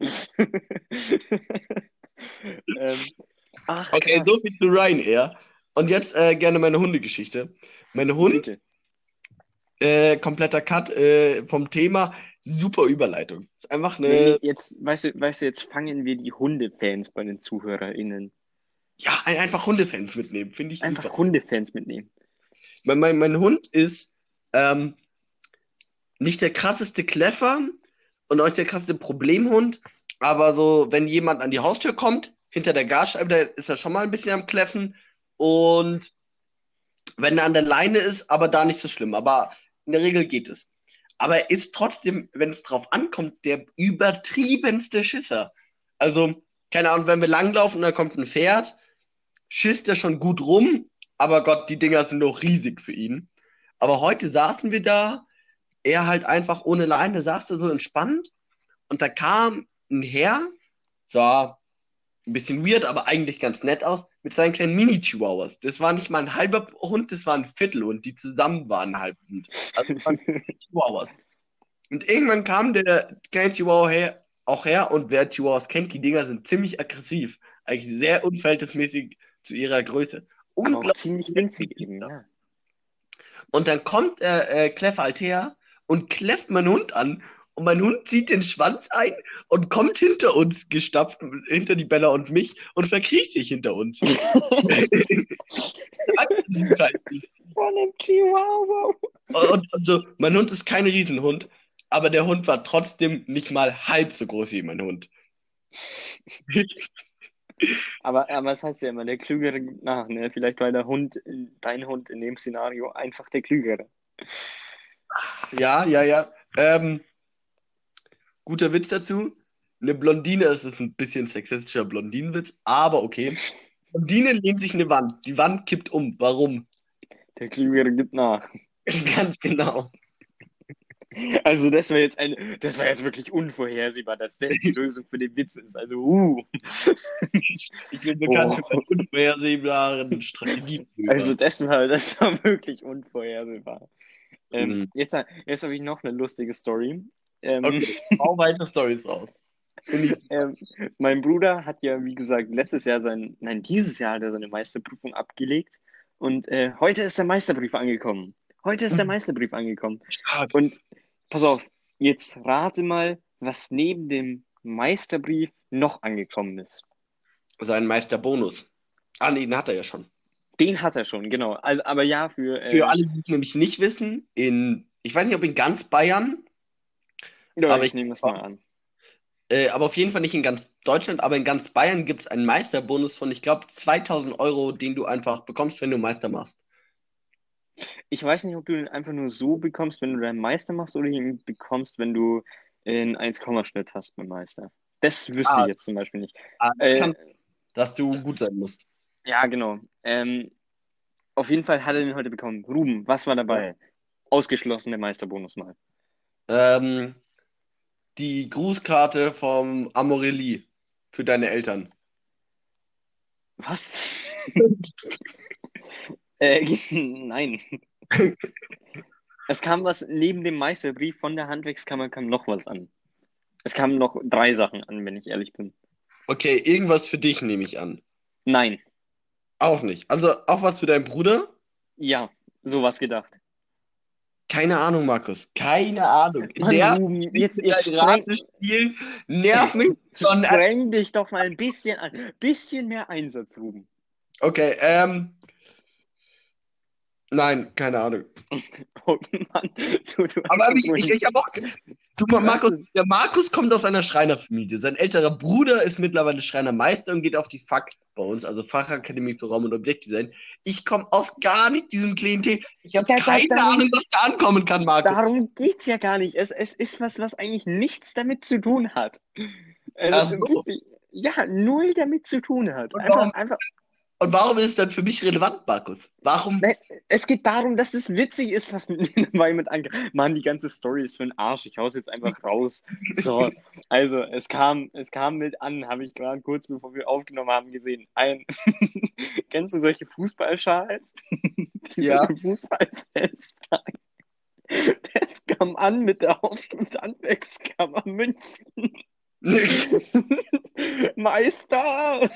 ähm, ach, Okay, krass. so viel zu Ryanair. Und jetzt äh, gerne meine Hundegeschichte. Mein Hund, Bitte. äh, kompletter Cut äh, vom Thema, super Überleitung. Ist einfach Nee, nee, eine, jetzt, weißt du, weißt du, jetzt fangen wir die Hundefans bei den ZuhörerInnen. ja, ein, einfach Hundefans mitnehmen, finde ich super. Einfach Hundefans mitnehmen. Mein, mein, mein Hund ist ähm, nicht der krasseste Kleffer und auch nicht der krasseste Problemhund, aber so, wenn jemand an die Haustür kommt, hinter der Glasscheibe, da ist er schon mal ein bisschen am Kläffen und wenn er an der Leine ist, aber da nicht so schlimm, aber in der Regel geht es. Aber er ist trotzdem, wenn es drauf ankommt, der übertriebenste Schisser. Also, keine Ahnung, wenn wir langlaufen und da kommt ein Pferd, schisst er schon gut rum, aber Gott, die Dinger sind doch riesig für ihn. Aber heute saßen wir da, er halt einfach ohne Leine, saß da so entspannt und da kam ein Herr, sah ein bisschen weird, aber eigentlich ganz nett aus, mit seinen kleinen Mini-Chihuahuas. Das war nicht mal ein halber Hund, das war ein Viertelhund, die zusammen waren ein halber Hund. Also es waren Chihuahuas. Und irgendwann kam der kleine Chihuahua her, auch her und wer Chihuahuas kennt, die Dinger sind ziemlich aggressiv. Eigentlich sehr unverhältnismäßig zu ihrer Größe. Aber auch Unglaublich ziemlich nett winzig die eben, Kinder. ja. Und dann kommt äh, äh, Kleffer halt her und kläfft meinen Hund an. Und mein Hund zieht den Schwanz ein und kommt hinter uns gestapft, hinter die Bella und mich und verkriecht sich hinter uns. Von dem Chihuahua. Und, und so, mein Hund ist kein Riesenhund, aber der Hund war trotzdem nicht mal halb so groß wie mein Hund. Aber, aber das heißt ja immer, der Klügere gibt nach, ne? Vielleicht war der Hund, dein Hund in dem Szenario einfach der Klügere. Ja, ja, ja. Ähm, guter Witz dazu. Eine Blondine, das ist ein bisschen sexistischer Blondinenwitz, aber okay. Blondine lehnt sich eine Wand. Die Wand kippt um. Warum? Der Klügere gibt nach. Ganz genau. Also das war jetzt ein, das war jetzt wirklich unvorhersehbar, dass das die Lösung für den Witz ist. Also, uh. Ich bin bekannt Oh. für meine unvorhersehbaren Strategien. Also das war, das war wirklich unvorhersehbar. Ähm, Mhm. jetzt jetzt habe ich noch eine lustige Story. Ähm, Okay, hau weiter Stories raus. Finde ich super. ähm, mein Bruder hat ja, wie gesagt, letztes Jahr sein, nein, dieses Jahr hat er seine Meisterprüfung abgelegt. Und äh, heute ist der Meisterbrief angekommen. Heute ist der Meisterbrief angekommen. Stark. Und pass auf, jetzt rate mal, was neben dem Meisterbrief noch angekommen ist. Sein Meisterbonus. Ah, nee, den hat er ja schon. Den hat er schon, genau. Also, aber ja, für, Für äh, alle, die es nämlich nicht wissen, in, ich weiß nicht, ob in ganz Bayern, ja, aber ich ich, nehme das mal an. äh, aber auf jeden Fall nicht in ganz Deutschland, aber in ganz Bayern gibt es einen Meisterbonus von, ich glaube, zweitausend Euro, den du einfach bekommst, wenn du Meister machst. Ich weiß nicht, ob du den einfach nur so bekommst, wenn du deinen Meister machst, oder ihn bekommst, wenn du einen eins-Komma-Schnitt hast beim Meister. Das wüsste Ah, ich jetzt zum Beispiel nicht. ah, das Äh, kann, dass du gut sein musst. ja, genau. Ähm, auf jeden Fall hat er den heute bekommen. Ruben, was war Ja. dabei? Ausgeschlossen der Meisterbonus mal. Ähm, die Grußkarte vom Amorelli für deine Eltern. Was? äh, nein. Es kam was neben dem Meisterbrief von der Handwerkskammer, kam noch was an. Es kamen noch drei Sachen an, wenn ich ehrlich bin. Okay, irgendwas für dich nehme ich an. Nein. Auch nicht. Also auch was für deinen Bruder? Ja, sowas gedacht. Keine Ahnung, Markus. Keine Ahnung. Mann, Der Ruben, mit jetzt, jetzt deinem streng, Ratespiel nervt mich schon. streng dich doch mal ein bisschen an. Bisschen mehr Einsatz, Ruben. Okay, ähm. Nein, keine Ahnung. Oh Mann, du, du Aber hast ich, ich, ich habe auch. Du, Du hast Markus, es. der Markus kommt aus einer Schreinerfamilie. Sein älterer Bruder ist mittlerweile Schreinermeister und geht auf die F A K bei uns, also Fachakademie für Raum- und Objektdesign. Ich komme aus gar nicht diesem Klientel. Ich habe Da, da, keine darum, Ahnung, was da ankommen kann, Markus. darum geht's ja gar nicht. Es, es ist was, was eigentlich nichts damit zu tun hat. Also Ach so. wirklich, ja, null damit zu tun hat. Und Einfach, warum, einfach. und warum ist es dann für mich relevant, Markus? Warum? Nein, es geht darum, dass es witzig ist, was dabei mit angeht. Mann, die ganze Story ist für den Arsch. Ich hau's jetzt einfach raus. So, also es kam, es kam mit an, habe ich gerade kurz bevor wir aufgenommen haben gesehen. Ein, kennst du solche Fußballschals? Die Ja. solche Fußballfans tragen. Das kam an mit der Aufschrift Handwerkskammer München. Meister!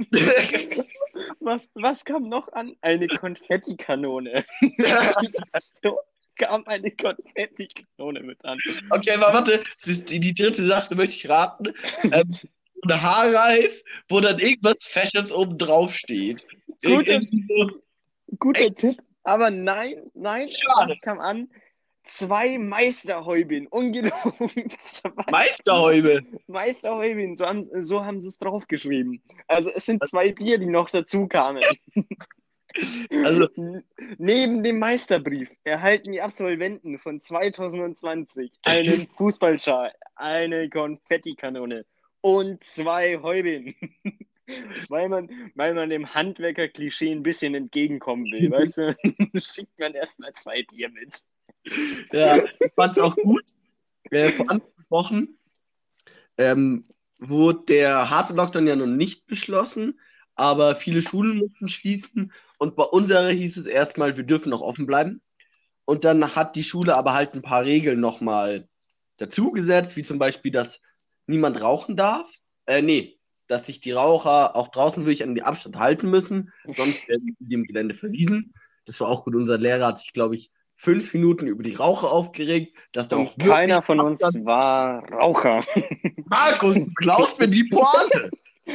Was, was kam noch an? Eine Konfettikanone. So kam eine Konfettikanone mit an. Okay, aber warte, das ist die, die dritte Sache möchte ich raten. Ähm, so eine Haarreif, wo dann irgendwas Fesches oben drauf steht. Ir- Guter, irgendwie so, guter Tipp, aber nein, nein, schade. was kam an? Zwei Meisterhäubchen, ungelogen. Zwei Meisterhäube. Meisterhäubchen, so haben, so haben sie es draufgeschrieben. Also es sind zwei Bier, die noch dazu kamen. Also, Neben dem Meisterbrief erhalten die Absolventen von zwanzig zwanzig einen Fußballschal, eine Konfettikanone und zwei Häubchen. Weil man, weil man dem Handwerker-Klischee ein bisschen entgegenkommen will, weißt du? Schickt man erstmal zwei Bier mit. ja, ich fand's auch gut. Äh, vor anderthalb Wochen ähm, wurde der harte Lockdown ja noch nicht beschlossen, aber viele Schulen mussten schließen und bei unserer hieß es erstmal, wir dürfen noch offen bleiben. Und dann hat die Schule aber halt ein paar Regeln nochmal dazugesetzt, wie zum Beispiel, dass niemand rauchen darf. Äh, nee, dass sich die Raucher auch draußen wirklich an den Abstand halten müssen, sonst werden die dem Gelände verwiesen. Das war auch gut. Unser Lehrer hat sich, glaube ich, fünf Minuten über die Raucher aufgeregt, dass da auch Und keiner wirklich von uns Abstand- war Raucher. Markus, du klaust mir die Pointe.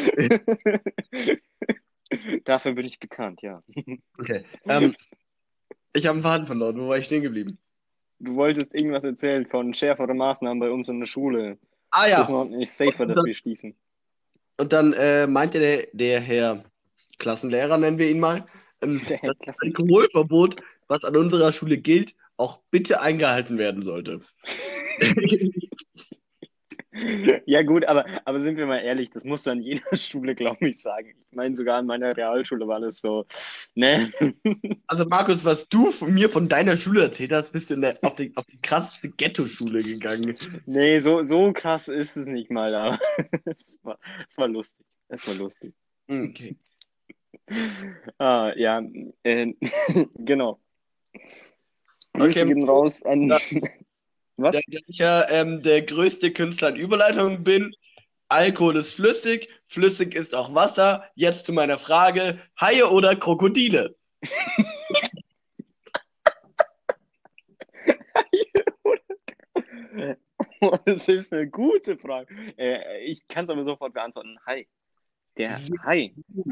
Dafür bin ich bekannt, ja. Okay. Ähm, ich habe einen Faden verloren. Wo war ich stehen geblieben? Du wolltest irgendwas erzählen von schärferen Maßnahmen bei uns in der Schule. Ah Das ja. noch nicht safer, dass wir schließen. Und dann äh, meinte der, der Herr Klassenlehrer, nennen wir ihn mal, ähm, Der Herr dass das Klassen- Alkoholverbot, was an unserer Schule gilt, auch bitte eingehalten werden sollte. Ja gut, aber, aber sind wir mal ehrlich, das musst du an jeder Schule, glaube ich, sagen. Ich meine, sogar an meiner Realschule war das so, ne? Also Markus, was du von mir von deiner Schule erzählt hast, bist du in der, auf, die, auf die krasseste Ghetto-Schule gegangen. Nee, so, so krass ist es nicht mal, aber es war, es war lustig. Es war lustig. Okay. Ah, ja, äh, genau. Grüße Okay. gehen raus an. Ja. Was? Da ich ja ähm, der größte Künstler in Überleitungen bin, Alkohol ist flüssig, flüssig ist auch Wasser. Jetzt zu meiner Frage, Haie oder Krokodile? Oh, das ist eine gute Frage. Äh, ich kann es aber sofort beantworten. Hai. Der Hai.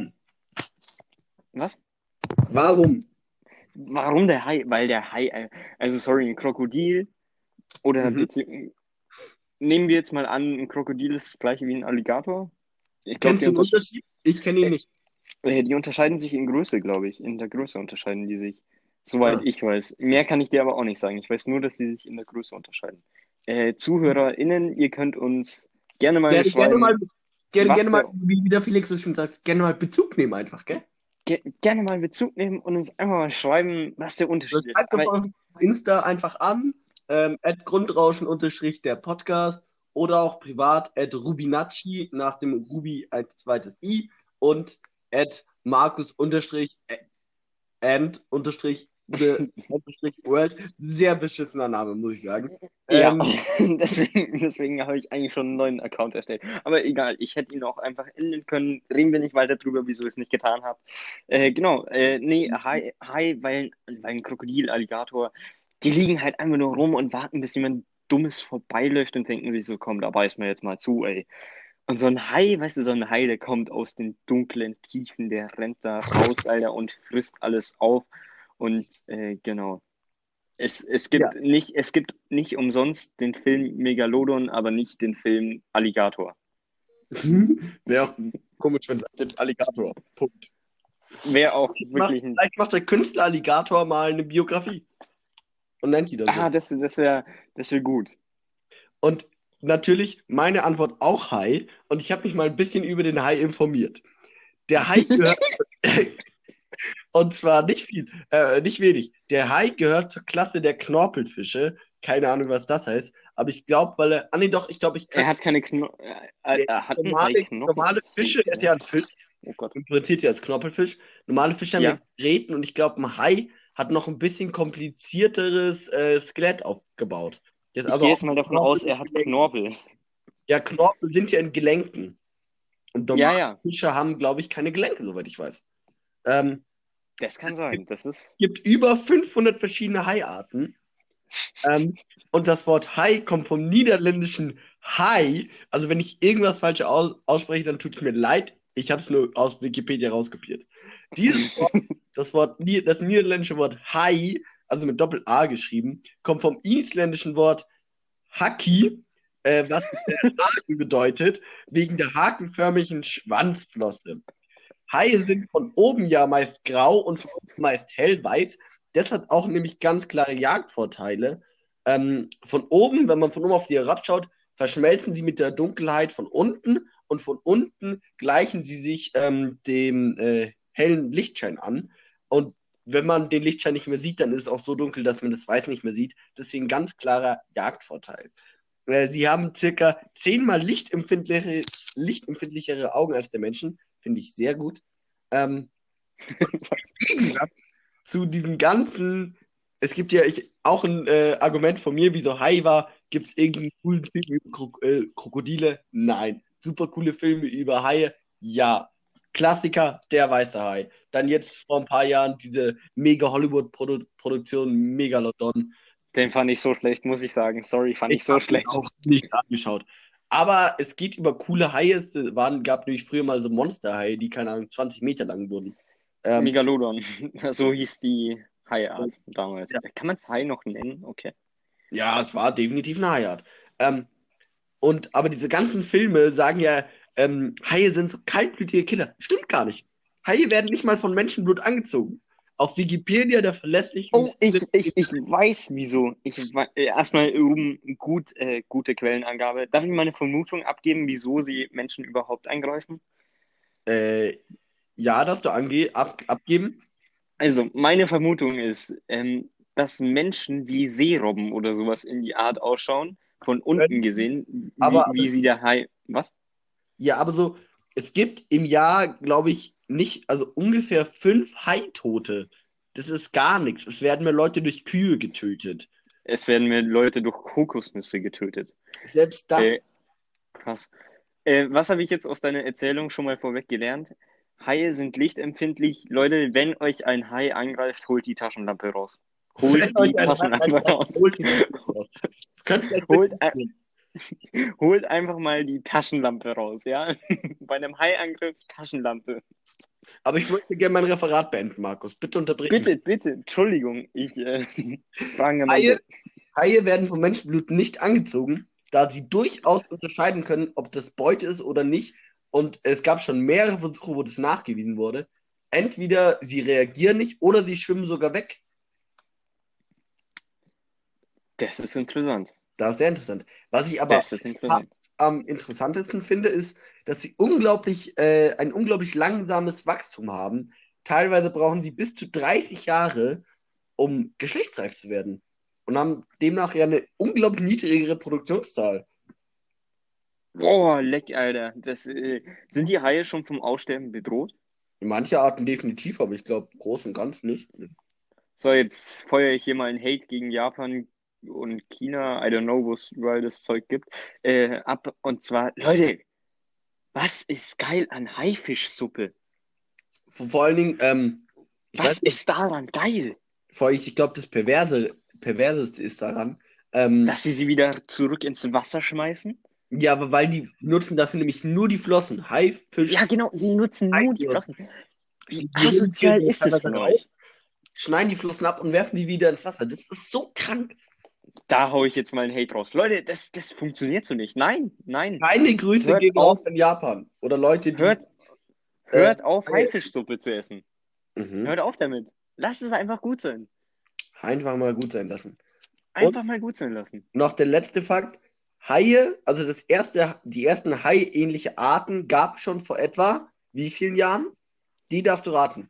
Was? Warum? Warum der Hai? Weil der Hai, äh, also sorry, ein Krokodil oder Mhm. bezieh- nehmen wir jetzt mal an, ein Krokodil ist das gleiche wie ein Alligator. Ich glaube, Kennst die, du den untersche Unterschied? Ich kenne ihn nicht. äh, die unterscheiden sich in Größe, glaube ich. In der Größe unterscheiden die sich, soweit Ah. ich weiß. Mehr kann ich dir aber auch nicht sagen. Ich weiß nur, dass die sich in der Größe unterscheiden. Äh, ZuhörerInnen, ihr könnt uns gerne mal Gerne, gerne mal, schreiben, gerne, was gerne mal, der wie wie der Felix so schön sagt, gerne mal Bezug nehmen einfach, gell? ge gerne mal Bezug nehmen und uns einfach mal schreiben, was der Also Unterschied ist. schreibt uns Aber auf Insta einfach an, ähm, at Grundrauschen unterstrich der Podcast oder auch privat at Rubinacci nach dem Ruby ein zweites I und at Markus unterstrich and unterstrich the unterstrich world. Sehr beschissener Name, muss ich sagen. ja, Ähm, deswegen, deswegen habe ich eigentlich schon einen neuen Account erstellt. Aber egal, ich hätte ihn auch einfach ändern können. Reden wir nicht weiter drüber, wieso ich es nicht getan habe. Äh, genau, äh, nee, Hai, Hai weil, weil ein Krokodil, Alligator, die liegen halt einfach nur rum und warten, bis jemand Dummes vorbeiläuft und denken sich so, komm, da beiß mir jetzt mal zu, ey. Und so ein Hai, weißt du, so ein Hai, der kommt aus den dunklen Tiefen, der rennt da raus, Alter, und frisst alles auf. Und äh, genau. Es, es ja. gibt nicht, es gibt nicht umsonst den Film Megalodon, aber nicht den Film Alligator. Wäre auch komisch, wenn es Alligator. Punkt. Wäre auch Macht, wirklich ein. vielleicht macht der Künstler Alligator mal eine Biografie und nennt die dann so. Ah, das, das wäre das wär gut. Und natürlich meine Antwort auch Hai. Und ich habe mich mal ein bisschen über den Hai informiert. Der Hai gehört, und zwar nicht viel, äh, nicht wenig. Der Hai gehört zur Klasse der Knorpelfische. Keine Ahnung, was das heißt. Aber ich glaube, weil er, ah nee, doch, ich glaube, ich Er könnte, hat keine Knochen. Er, der er hat einen Hai normale, Knochen. normale Das sehe Fische, ich er ist gerade. ja ein Fisch, Oh Gott. interpretiert ja als Knorpelfisch. Normale Fische haben ja Ja, Gräten und ich glaube, ein Hai hat noch ein bisschen komplizierteres äh, Skelett aufgebaut. Der ist ich also gehe auch jetzt mal davon Knorpel aus, in er hat Gelenken. Knorpel. Ja, Knorpel sind ja in Gelenken. Und Ja, normale ja, Fische haben, glaube ich, keine Gelenke, soweit ich weiß. Ähm, das kann sein. Das ist. gibt über fünfhundert verschiedene Haiarten. Ähm, und das Wort Hai kommt vom niederländischen Hai. Also wenn ich irgendwas falsch aus ausspreche, dann tut es mir leid. Ich habe es nur aus Wikipedia rauskopiert. Dieses Wort, das Wort, das niederländische Wort Hai, also mit Doppel-A geschrieben, kommt vom isländischen Wort Haki, äh, was äh, Haken bedeutet, wegen der hakenförmigen Schwanzflosse. Haie sind von oben ja meist grau und von unten meist hellweiß. Das hat auch nämlich ganz klare Jagdvorteile. Ähm, von oben, wenn man von oben auf sie herabschaut, verschmelzen sie mit der Dunkelheit von unten und von unten gleichen sie sich ähm, dem äh, hellen Lichtschein an. Und wenn man den Lichtschein nicht mehr sieht, dann ist es auch so dunkel, dass man das Weiß nicht mehr sieht. Deswegen ganz klarer Jagdvorteil. Äh, sie haben circa zehnmal lichtempfindlichere, lichtempfindlichere Augen als der Menschen. Finde ich sehr gut. Ähm, Im Gegensatz zu diesen ganzen, es gibt ja ich, auch ein äh, Argument von mir, wieso Hai war, gibt es irgendeinen coolen Film über Krok äh, Krokodile? Nein. Super coole Filme über Haie? Ja. Klassiker, der weiße Hai. Dann jetzt vor ein paar Jahren diese mega Hollywood-Produktion Megalodon. Den fand ich so schlecht, muss ich sagen. Sorry, fand Ich ich so habe ihn schlecht. auch nicht angeschaut. Aber es geht über coole Haie. Es waren, gab nämlich früher mal so Monsterhaie, die, keine Ahnung, zwanzig Meter lang wurden. Ähm, Megalodon, so hieß die Haiart damals. ja. Kann man es Hai noch nennen? Okay. Ja, es war definitiv eine Haiart. Ähm, und, aber diese ganzen Filme sagen ja, ähm, Haie sind so kaltblütige Killer. Stimmt gar nicht. Haie werden nicht mal von Menschenblut angezogen. Auf Wikipedia, der verlässlichen. Oh, ich, ich, ich weiß wieso. Ich wei- äh, erstmal um gut, äh, gute Quellenangabe. Darf ich mal eine Vermutung abgeben, wieso sie Menschen überhaupt angreifen? Äh, ja, das du ange ab abgeben. Also, meine Vermutung ist, ähm, dass Menschen wie Seerobben oder sowas in die Art ausschauen, von unten gesehen, wie, Aber wie sie der Hai. Was? ja, aber so, es gibt im Jahr, glaube ich, nicht, also ungefähr fünf Haitote. Das ist gar nichts. Es werden mehr Leute durch Kühe getötet. Es werden mehr Leute durch Kokosnüsse getötet. Selbst Äh, das, krass. Äh, was habe ich jetzt aus deiner Erzählung schon mal vorweg gelernt? Haie sind lichtempfindlich. Leute, wenn euch ein Hai angreift, holt die Taschenlampe raus. Holt Wenn die euch ein Hai Taschenlampe angreift, raus. holt die Taschenlampe raus. Könnt vielleicht Holt, wirklich ein- sehen. holt einfach mal die Taschenlampe raus, ja? Bei einem Haiangriff Taschenlampe. Aber ich möchte gerne mein Referat beenden, Markus. Bitte unterbrich mich. Bitte, bitte, Entschuldigung, ich äh, Fragen am Haie, Ende. Haie werden vom Menschenblut nicht angezogen, da sie durchaus unterscheiden können, ob das Beute ist oder nicht. Und es gab schon mehrere Versuche, wo das nachgewiesen wurde. Entweder sie reagieren nicht oder sie schwimmen sogar weg. Das ist interessant. Das ist sehr interessant. Was ich aber Das ist interessant. fast am interessantesten finde, ist, dass sie unglaublich, äh, ein unglaublich langsames Wachstum haben. Teilweise brauchen sie bis zu dreißig Jahre, um geschlechtsreif zu werden. Und haben demnach ja eine unglaublich niedrige Reproduktionszahl. Boah, leck, Alter. Das, äh, sind die Haie schon vom Aussterben bedroht? In manchen Arten definitiv, aber ich glaube, groß und ganz nicht. So, jetzt feuere ich hier mal einen Hate gegen Japan und China, I don't know, wo es überall das Zeug gibt, äh, ab. Und zwar, Leute, was ist geil an Haifischsuppe? Vor, vor allen Dingen, ähm, ich Was weiß nicht, ist daran geil? vor ich, ich glaube, das Perverse, Perverseste ist daran, ähm, Dass sie sie wieder zurück ins Wasser schmeißen? ja, aber weil die nutzen dafür nämlich nur die Flossen. Haifisch, Ja, genau, sie nutzen nur die Haiflossen. Flossen. Wie Die, die nehmen asozial die ist es teilweise von raus, euch? schneiden die Flossen ab und werfen die wieder ins Wasser. Das ist so krank. Da hau ich jetzt mal einen Hate raus. Leute, das, das funktioniert so nicht. Nein, nein. Keine Grüße Hört gehen auf, raus in Japan. Oder Leute, die. hört, Äh, hört auf, Haifischsuppe zu essen. mhm. Hört auf damit. Lasst es einfach gut sein. Einfach mal gut sein lassen. Einfach mal gut sein lassen. Noch der letzte Fakt. Haie, also das erste, die ersten Hai-ähnliche Arten gab es schon vor etwa wie vielen Jahren? Die darfst du raten.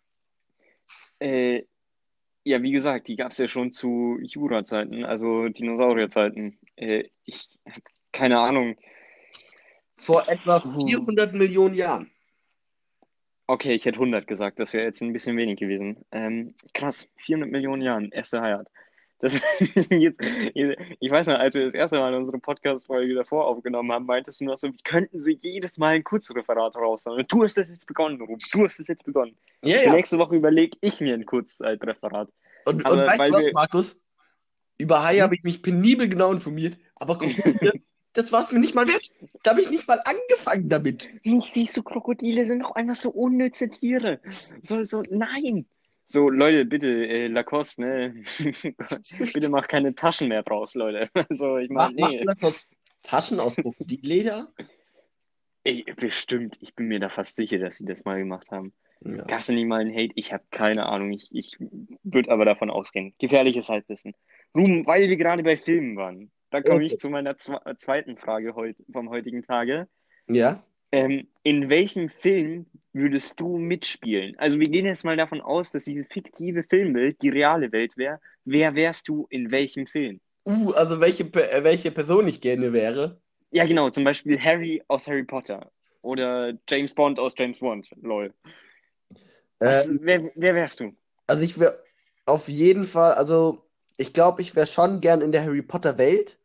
Äh, ja, wie gesagt, die gab es ja schon zu Jura-Zeiten, also Dinosaurier-Zeiten. Äh, ich, keine Ahnung. Vor etwa Puh. vierhundert Millionen Jahren. Okay, ich hätte hundert gesagt, das wäre jetzt ein bisschen wenig gewesen. Ähm, krass, vierhundert Millionen Jahren, erste Heirat. Das jetzt, ich weiß noch, als wir das erste Mal unsere Podcast-Folge davor aufgenommen haben, meintest du noch so, wir könnten so jedes Mal ein Kurzreferat raushauen. Du hast das jetzt begonnen, Ruben. Du hast das jetzt begonnen. Ja, Für ja. nächste Woche überlege ich mir ein Kurzreferat. Und, und Aber weißt du weil was, wir. Markus? Über Haie Hm? habe ich mich penibel genau informiert, aber Krokodile, das war es mir nicht mal wert. Da habe ich nicht mal angefangen damit. Nicht siehst du, Krokodile sind doch einfach so unnütze Tiere. So, so, nein. So, Leute, bitte, äh, Lacoste, ne? Bitte mach keine Taschen mehr draus, Leute. Also, ich Mach, meine, macht nee. man kurz Taschen aus Krokodilleder? Ey, bestimmt, ich bin mir da fast sicher, dass sie das mal gemacht haben. Ja. Gab es denn nicht mal einen Hate? Ich habe keine Ahnung. Ich, ich würde aber davon ausgehen. Gefährliches Halbwissen. Ruhm, weil wir gerade bei Filmen waren. Da komme Okay. ich zu meiner zwe zweiten Frage heut, vom heutigen Tage. Ja. Ähm, in welchem Film würdest du mitspielen? Also wir gehen jetzt mal davon aus, dass diese fiktive Filmwelt die reale Welt wäre. Wer wärst du in welchem Film? Uh, also welche, Pe- äh, welche Person ich gerne wäre. Ja, genau, zum Beispiel Harry aus Harry Potter oder James Bond aus James Bond. Lol. Was, Ähm, wer, wer wärst du? also ich wäre auf jeden Fall, also ich glaube, ich wäre schon gern in der Harry Potter Welt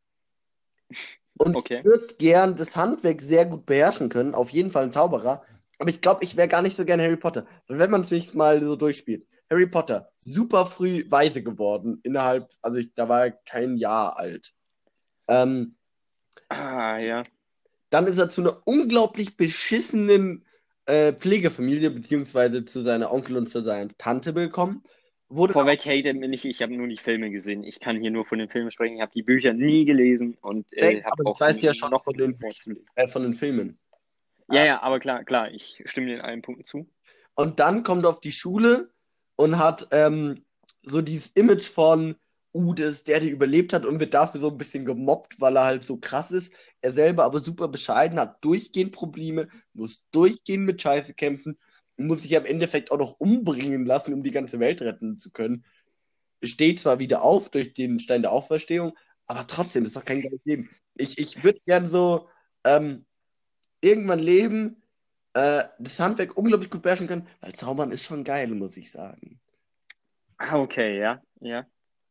und ich Okay. würde gern das Handwerk sehr gut beherrschen können. Auf jeden Fall ein Zauberer. Aber ich glaube, ich wäre gar nicht so gern Harry Potter. Und wenn man es nicht mal so durchspielt. Harry Potter, super früh weise geworden. Innerhalb, also ich, da war er kein Jahr alt. Ähm, Ah, ja. Dann ist er zu einer unglaublich beschissenen äh, Pflegefamilie, beziehungsweise zu seiner Onkel und zu seiner Tante gekommen. Wurde dann auch, Vorweg hate mich nicht, ich habe nur die Filme gesehen. Ich kann hier nur von den Filmen sprechen. Ich habe die Bücher nie gelesen und äh, habe aber das auch weißt du ja schon noch von den, vorzulesen. äh, von den Filmen. Ja, ja, aber klar, klar, ich stimme dir in allen Punkten zu. Und dann kommt er auf die Schule und hat ähm, so dieses Image von, uh, das ist der, der überlebt hat und wird dafür so ein bisschen gemobbt, weil er halt so krass ist. Er selber aber super bescheiden, hat durchgehend Probleme, muss durchgehend mit Scheiße kämpfen und muss sich am Endeffekt auch noch umbringen lassen, um die ganze Welt retten zu können. Steht zwar wieder auf durch den Stein der Auferstehung, aber trotzdem ist doch kein geiles Leben. Ich, ich würde gern so ähm, irgendwann leben, äh, das Handwerk unglaublich gut beherrschen können, weil Zaubern ist schon geil, muss ich sagen. Ah, okay, ja, ja.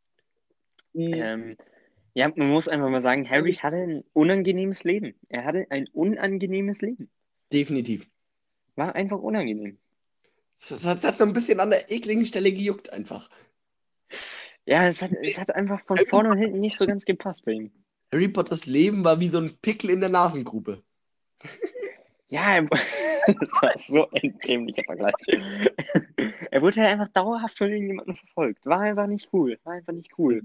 Mhm. Ähm, ja, man muss einfach mal sagen, Harry hatte ein unangenehmes Leben. Er hatte ein unangenehmes Leben. Definitiv. War einfach unangenehm. Das, das hat so ein bisschen an der ekligen Stelle gejuckt einfach. Ja, es hat, es hat einfach von vorne und hinten nicht so ganz gepasst bei ihm. Harry Potters Leben war wie so ein Pickel in der Nasengrube. Ja, er, das war so ein dämlicher Vergleich. Er wurde halt einfach dauerhaft von irgendjemandem verfolgt. War einfach nicht cool. War einfach nicht cool.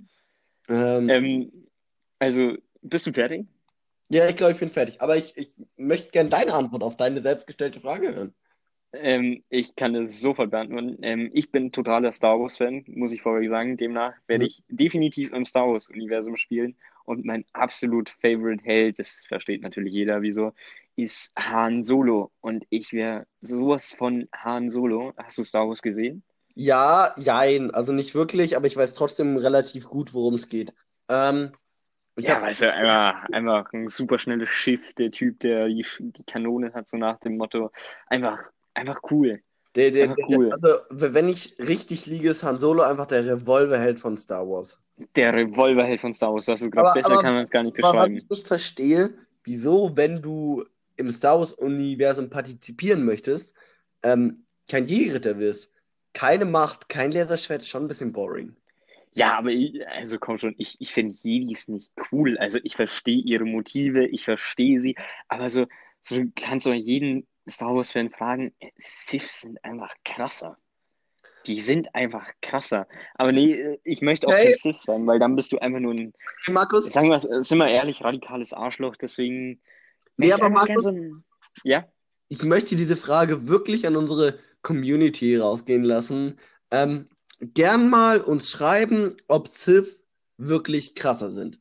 Ähm, Ähm, also, bist du fertig? ja, ich glaube, ich bin fertig. Aber ich, ich möchte gerne deine Antwort auf deine selbstgestellte Frage hören. Ähm, ich kann das sofort beantworten. Ähm, ich bin totaler Star Wars-Fan, muss ich vorweg sagen. Demnach werde Mhm. ich definitiv im Star Wars-Universum spielen. Und mein absolut Favorite Held, das versteht natürlich jeder, wieso, ist Han Solo. Und ich wäre sowas von Han Solo. Hast du Star Wars gesehen? Ja, jein. Also nicht wirklich, aber ich weiß trotzdem relativ gut, worum es geht. Ähm, ich Ja, habe weißt du, einfach, einfach ein super schnelles Schiff, der Typ, der die, die Kanone hat, so nach dem Motto. Einfach, einfach cool. Der, der, Einfach der, cool. also, wenn ich richtig liege, ist Han Solo einfach der Revolverheld von Star Wars. Der Revolverheld von Star Wars, das ist gerade Aber, besser, aber, kann man es gar nicht aber was ich beschreiben. nicht verstehe, wieso, wenn du im Star Wars-Universum partizipieren möchtest, ähm, kein Jedi-Ritter wirst. Keine Macht, kein Laserschwert, ist schon ein bisschen boring. Ja, aber ich, also komm schon, ich, ich finde Jedis nicht cool. Also ich verstehe ihre Motive, ich verstehe sie, aber so, so kannst du jeden Star Wars-Fan fragen, äh, Siths sind einfach krasser. Die sind einfach krasser. Aber nee, äh, ich möchte auch kein Okay, Sith sein, weil dann bist du einfach nur ein, Markus. sagen wir es, sind wir ehrlich, radikales Arschloch. Deswegen wäre Nee, ich aber einfach gern Markus, so ein, ja? ich möchte diese Frage wirklich an unsere Community rausgehen lassen. Ähm, gern mal uns schreiben, ob Sith wirklich krasser sind.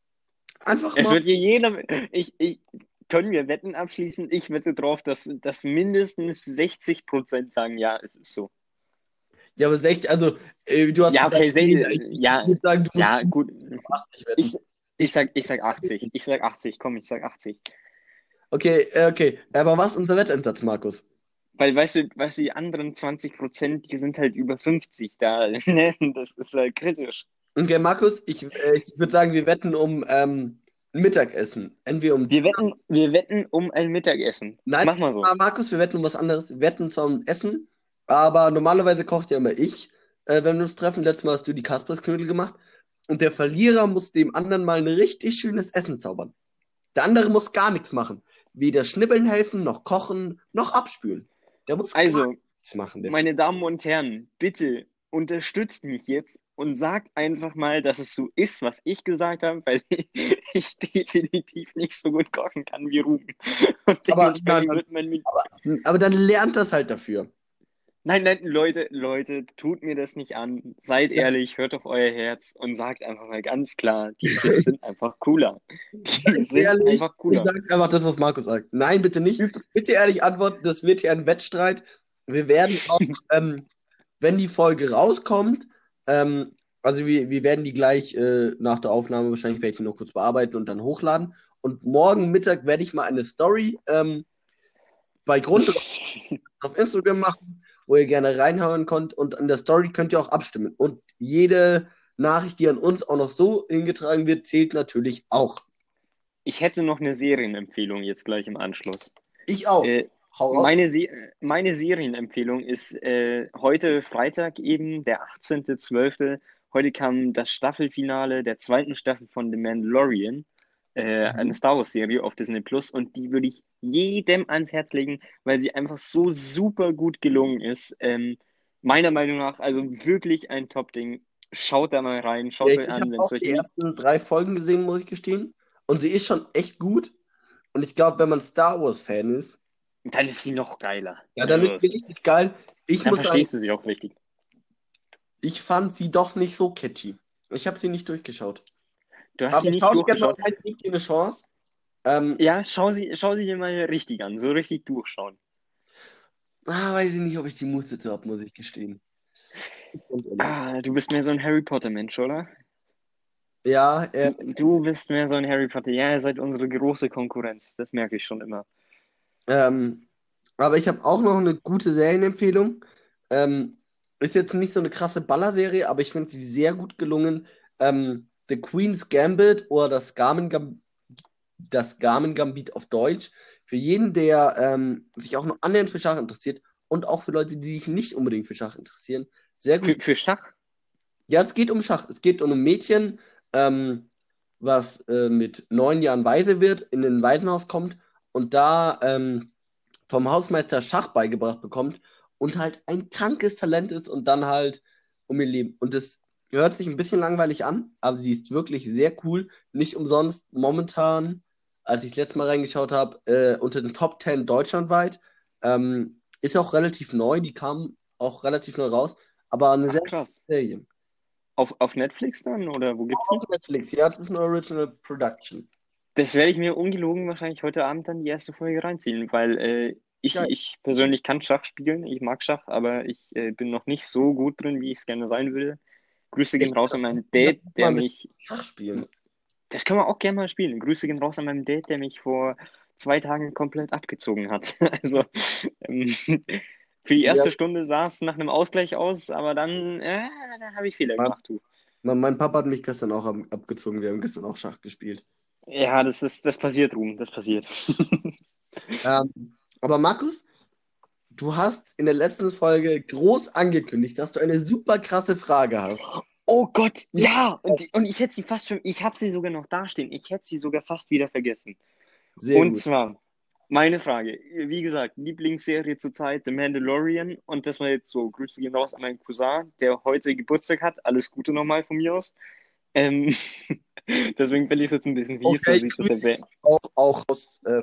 Einfach Es mal. wird hier jeder, ich, ich, können wir Wetten abschließen? Ich wette drauf, dass, dass mindestens sechzig Prozent sagen, ja, es ist so. Ja, aber sechzig, also äh, du hast Ja, gesagt, okay, zehn, se- ich, ich ja, würde sagen, du musst ja, gut. achtzig wetten. Ich, ich Ich, sag, ich sag achtzig. Ich sag achtzig, komm, ich sag achtzig. okay, äh, okay. Aber was ist unser Wetteinsatz, Markus? Weil, weißt du, weißt du, die anderen zwanzig Prozent, die sind halt über fünfzig da. Ne? Das ist halt kritisch. Okay, Markus, ich, äh, ich würde sagen, wir wetten um ähm, ein Mittagessen. Entweder um. Wir wetten, wir wetten um ein Mittagessen. Nein, Mach mal so. äh, Markus, wir wetten um was anderes. Wir wetten zwar um Essen, aber normalerweise kocht ja immer ich, äh, wenn wir uns treffen. Letztes Mal hast du die Kaspersknödel gemacht. Und der Verlierer muss dem anderen mal ein richtig schönes Essen zaubern. Der andere muss gar nichts machen. Weder schnibbeln helfen, noch kochen, noch abspülen. Der muss gar Also, nichts machen, der meine Damen und Herren, bitte unterstützt mich jetzt und sagt einfach mal, dass es so ist, was ich gesagt habe, weil ich definitiv nicht so gut kochen kann wie Ruben. Und Aber, nein, dementsprechend nein, wird mein, aber, aber dann lernt das halt dafür. Nein, nein, Leute, Leute, tut mir das nicht an. Seid ehrlich, hört auf euer Herz und sagt einfach mal ganz klar, die Siths sind einfach cooler. Die sind Ehrlich, einfach ich cooler. sage einfach das, was Markus sagt. Nein, bitte nicht. Üb Bitte ehrlich antworten, das wird hier ein Wettstreit. Wir werden auch, ähm, wenn die Folge rauskommt, ähm, also wir, wir werden die gleich äh, nach der Aufnahme, wahrscheinlich werde ich die noch kurz bearbeiten und dann hochladen. Und morgen Mittag werde ich mal eine Story ähm, bei Grund auf Instagram machen, wo ihr gerne reinhauen könnt. Und an der Story könnt ihr auch abstimmen. Und jede Nachricht, die an uns auch noch so hingetragen wird, zählt natürlich auch. Ich hätte noch eine Serienempfehlung jetzt gleich im Anschluss. Ich auch. Äh, Hau raus. meine, Se meine Serienempfehlung ist äh, heute Freitag eben, der achtzehnter zwölfter. Heute kam das Staffelfinale der zweiten Staffel von The Mandalorian, äh, eine Mhm. Star Wars-Serie auf Disney Plus, und die würde ich jedem ans Herz legen, weil sie einfach so super gut gelungen ist. Ähm, meiner Meinung nach, also wirklich ein Top-Ding. Schaut da mal rein, Ja, schaut es ich euch ich habe an, wenn es auch euch die nicht. ersten drei Folgen gesehen, muss ich gestehen. Und sie ist schon echt gut. Und ich glaube, wenn man Star Wars-Fan ist, Dann ist sie noch geiler. ja, dann Also, ist sie es- richtig geil. Ich dann muss sagen, verstehst du sie auch richtig. ich fand sie doch nicht so catchy. Ich habe sie nicht durchgeschaut. Du hast sie Aber nicht schaut gerne mal durchgeschaut. rein, gebt ihr eine Chance. Ähm, Ja, schau sie, schau sie dir mal richtig an, so richtig durchschauen. ah, weiß ich nicht, ob ich die Muße zu habe, muss ich gestehen. Und ehrlich. Ah, du bist mehr so ein Harry Potter-Mensch, oder? Ja, äh, Du, du bist mehr so ein Harry Potter. Ja, ihr seid unsere große Konkurrenz. Das merke ich schon immer. ähm, aber ich habe auch noch eine gute Serienempfehlung. Ähm, ist jetzt nicht so eine krasse Ballerserie, aber ich finde sie sehr gut gelungen. Ähm, The Queen's Gambit oder das Garmin, Gam das Garmin Gambit auf Deutsch. Für jeden, der ähm, sich auch noch annähernd für Schach interessiert, und auch für Leute, die sich nicht unbedingt für Schach interessieren, sehr gut. Für, für Schach? Ja, es geht um Schach. Es geht um ein Mädchen, ähm, was äh, mit neun Jahren Waise wird, in ein Waisenhaus kommt und da ähm, vom Hausmeister Schach beigebracht bekommt und halt ein krankes Talent ist und dann halt um ihr Leben. Und das hört sich ein bisschen langweilig an, aber sie ist wirklich sehr cool. Nicht umsonst momentan, als ich das letzte Mal reingeschaut habe, äh, unter den Top zehn deutschlandweit. Ähm, ist auch relativ neu, die kam auch relativ neu raus, aber eine Ach, sehr krass. schöne Serie. Auf, auf Netflix dann? Oder wo gibt's die? Auf Netflix, ja, das ist eine Original Production. Das werde ich mir ungelogen wahrscheinlich heute Abend dann die erste Folge reinziehen, weil äh, ich, Geil. ich persönlich kann Schach spielen, ich mag Schach, aber ich äh, bin noch nicht so gut drin, wie ich es gerne sein würde. Grüße gehen Echt? raus an meinen Das Dad, muss der man mit mich, Schach spielen. das können wir auch gerne mal spielen. Grüße gehen raus an meinen Dad, der mich vor zwei Tagen komplett abgezogen hat. Also ähm, für die Ja, erste Stunde sah es nach einem Ausgleich aus, aber dann, äh, da habe ich Fehler mein, gemacht, du. mein mein Papa hat mich gestern auch ab, abgezogen. Wir haben gestern auch Schach gespielt. Ja, das ist, das passiert, Ruhm, das passiert. Ähm, aber Markus, du hast in der letzten Folge groß angekündigt, dass du eine super krasse Frage hast. Oh Gott, ja! Und, die, und ich hätte sie fast schon, ich habe sie sogar noch dastehen. Ich hätte sie sogar fast wieder vergessen. Sehr Und gut. zwar, meine Frage, wie gesagt, Lieblingsserie zurzeit, The Mandalorian. Und das war jetzt so, Grüße gehen raus an meinen Cousin, der heute Geburtstag hat. Alles Gute nochmal von mir aus. Ähm, deswegen finde ich es jetzt ein bisschen fies, Okay, dass ich das grüß erwähne. auch, auch aus. Äh,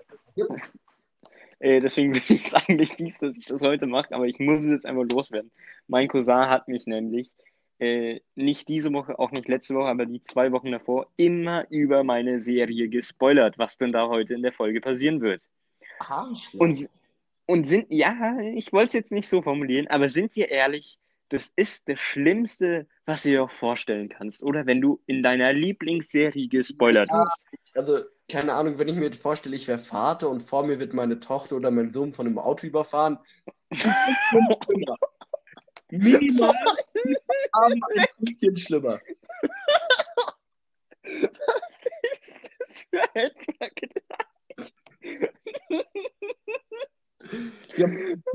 Äh, deswegen finde ich es eigentlich fies, dass ich das heute mache, aber ich muss es jetzt einfach loswerden. Mein Cousin hat mich nämlich äh, nicht diese Woche, auch nicht letzte Woche, aber die zwei Wochen davor immer über meine Serie gespoilert, was denn da heute in der Folge passieren wird. Arschloch. Und, und sind, ja, ich wollte es jetzt nicht so formulieren, aber sind wir ehrlich, das ist das Schlimmste, was du dir auch vorstellen kannst, oder? Wenn du in deiner Lieblingsserie gespoilert Ja, wirst. also, keine Ahnung, wenn ich mir jetzt vorstelle, ich wäre Vater und vor mir wird meine Tochter oder mein Sohn von einem Auto überfahren. Bisschen schlimmer. Minimal, aber ein bisschen schlimmer. Was ist das für ein Vergleich? Ja,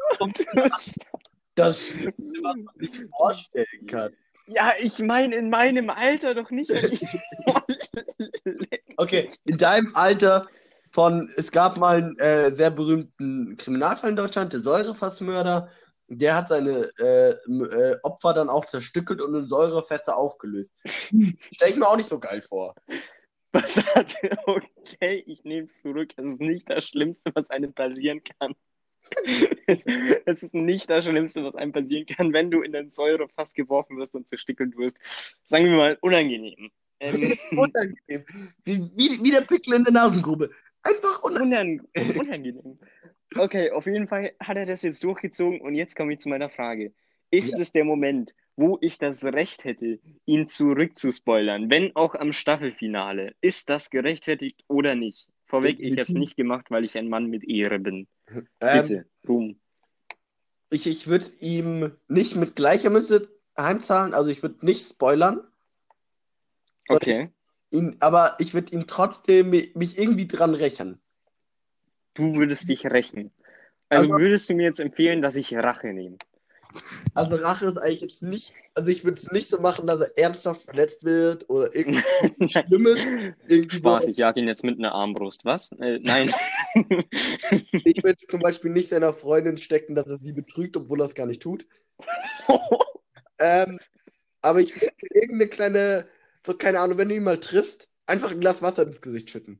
das Schlimmste, was man sich vorstellen kann. Ja, ich meine in meinem Alter doch nicht, wenn ich. Okay, in deinem Alter von, es gab mal einen äh, sehr berühmten Kriminalfall in Deutschland, der Säurefassmörder, der hat seine äh, m- äh, Opfer dann auch zerstückelt und in Säurefässer aufgelöst. Stell ich mir auch nicht so geil vor. Was hat. Okay, ich nehme es zurück. Es ist nicht das Schlimmste, was einem passieren kann. Es, es ist nicht das Schlimmste, was einem passieren kann, wenn du in ein Säurefass geworfen wirst und zerstückelt wirst. Sagen wir mal, unangenehm. Ähm, Unangenehm. Wie, wie, wie der Pickel in der Nasengrube. Einfach unangenehm. unan unangenehm. Okay, auf jeden Fall hat er das jetzt durchgezogen und jetzt komme ich zu meiner Frage. Ja, Ist es der Moment, wo ich das Recht hätte, ihn zurückzuspoilern, wenn auch am Staffelfinale? Ist das gerechtfertigt oder nicht? Vorweg, ich habe es definitiv. nicht gemacht, weil ich ein Mann mit Ehre bin. Ähm, Bitte, Ruhm. ich ich würde ihm nicht mit gleicher Münze heimzahlen, also ich würde nicht spoilern, sondern Okay. ihn, aber ich würde ihn trotzdem mi- mich irgendwie dran rächen. Du würdest dich rächen. Also Also, würdest du mir jetzt empfehlen, dass ich Rache nehme? also Rache ist eigentlich jetzt nicht, also ich würde es nicht so machen, dass er ernsthaft verletzt wird oder irgendwas Schlimmes. Irgendwie so. Spaß, ich jag ihn jetzt mit einer Armbrust. Was? Äh, nein. Ich würde zum Beispiel nicht seiner Freundin stecken, dass er sie betrügt, obwohl er es gar nicht tut. Ähm, aber ich würde irgendeine kleine, so keine Ahnung, wenn du ihn mal triffst, einfach ein Glas Wasser ins Gesicht schütten.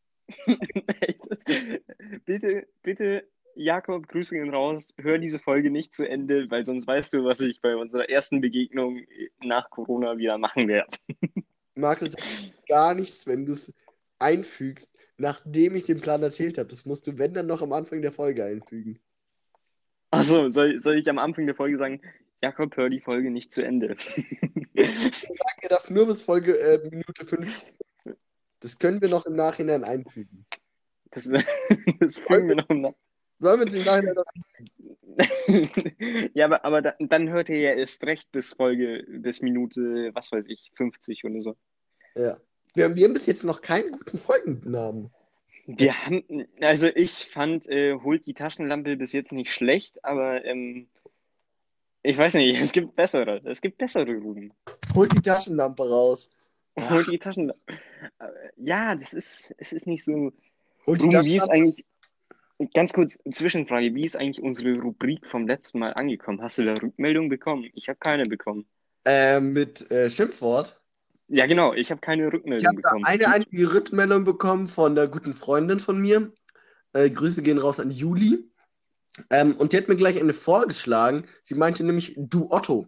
Bitte, bitte, Jakob, Grüße gehen raus. Hör diese Folge nicht zu Ende, weil sonst weißt du, was ich bei unserer ersten Begegnung nach Corona wieder machen werde. Markus, gar nichts, wenn du es einfügst, nachdem ich den Plan erzählt habe. Das musst du, wenn dann noch am Anfang der Folge einfügen. Achso, soll, soll ich am Anfang der Folge sagen, Jakob, hör die Folge nicht zu Ende. Er darf nur bis Folge äh, Minute fünfzehn. Das können wir noch im Nachhinein einfügen. Das, das fügen wir noch nach. Sollen wir es im Nachhinein noch Ja, aber, aber da, dann hört ihr ja erst recht bis Folge, bis Minute, was weiß ich, fünfzig oder so. Ja. Wir, wir haben bis jetzt noch keinen guten Folgennamen. Wir haben, also ich fand, äh, holt die Taschenlampe bis jetzt nicht schlecht, aber ähm, ich weiß nicht, es gibt bessere. Es gibt bessere Ruben. Holt die Taschenlampe raus. Ah, Holt die Taschenlampe. Äh, Ja, das ist, es ist nicht so. holt die Ruben, wie ist Taschenlampe. eigentlich, ganz kurz, Zwischenfrage, wie ist eigentlich unsere Rubrik vom letzten Mal angekommen? Hast du da Rückmeldung bekommen? Ich habe keine bekommen. Äh, mit äh, Schimpfwort. Ja, genau, ich habe keine Ich habe Rückmeldung da bekommen. Hast eine du? einzige Rückmeldung bekommen von der guten Freundin von mir. Äh, Grüße gehen raus an Juli. Ähm, und die hat mir gleich eine vorgeschlagen. Sie meinte nämlich, du Otto.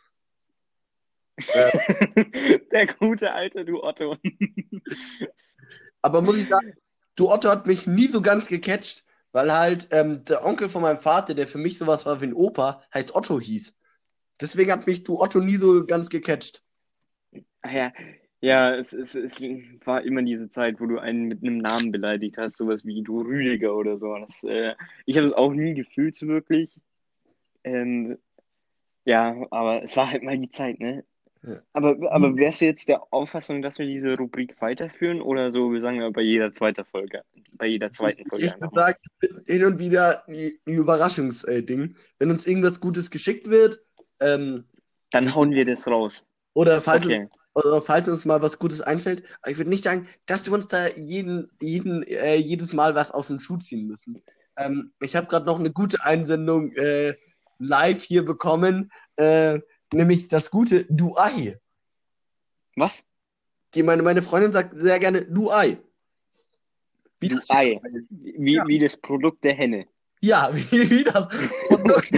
Äh, Der gute alte du Otto. aber muss ich sagen, du Otto hat mich nie so ganz gecatcht, weil halt ähm, der Onkel von meinem Vater, der für mich sowas war wie ein Opa, heißt Otto hieß. Deswegen hat mich du Otto nie so ganz gecatcht. Ach ja, ja, es, es, es war immer diese Zeit, wo du einen mit einem Namen beleidigt hast, sowas wie du Rüdiger oder so. Das, äh, ich habe es auch nie gefühlt, so wirklich. Ähm, ja, aber es war halt mal die Zeit, ne? Ja. Aber, aber wärst du jetzt der Auffassung, dass wir diese Rubrik weiterführen oder so, wir sagen ja bei jeder zweiten Folge, bei jeder Ich, zweiten Folge ich einfach würde mal. sagen, hin und wieder ein Überraschungsding. Wenn uns irgendwas Gutes geschickt wird, ähm, Dann wie, hauen wir das raus. oder, falls, uns- Okay. oder falls uns mal was Gutes einfällt, aber ich würde nicht sagen, dass wir uns da jeden, jeden, äh, jedes Mal was aus dem Schuh ziehen müssen. Ähm, ich habe gerade noch eine gute Einsendung äh, live hier bekommen, äh, nämlich das gute Duai. Was? Die, meine, meine Freundin sagt sehr gerne Duai. Wie Du das, Ei. ja, Wie, wie das Produkt der Henne. ja, wie, wie das Produkt.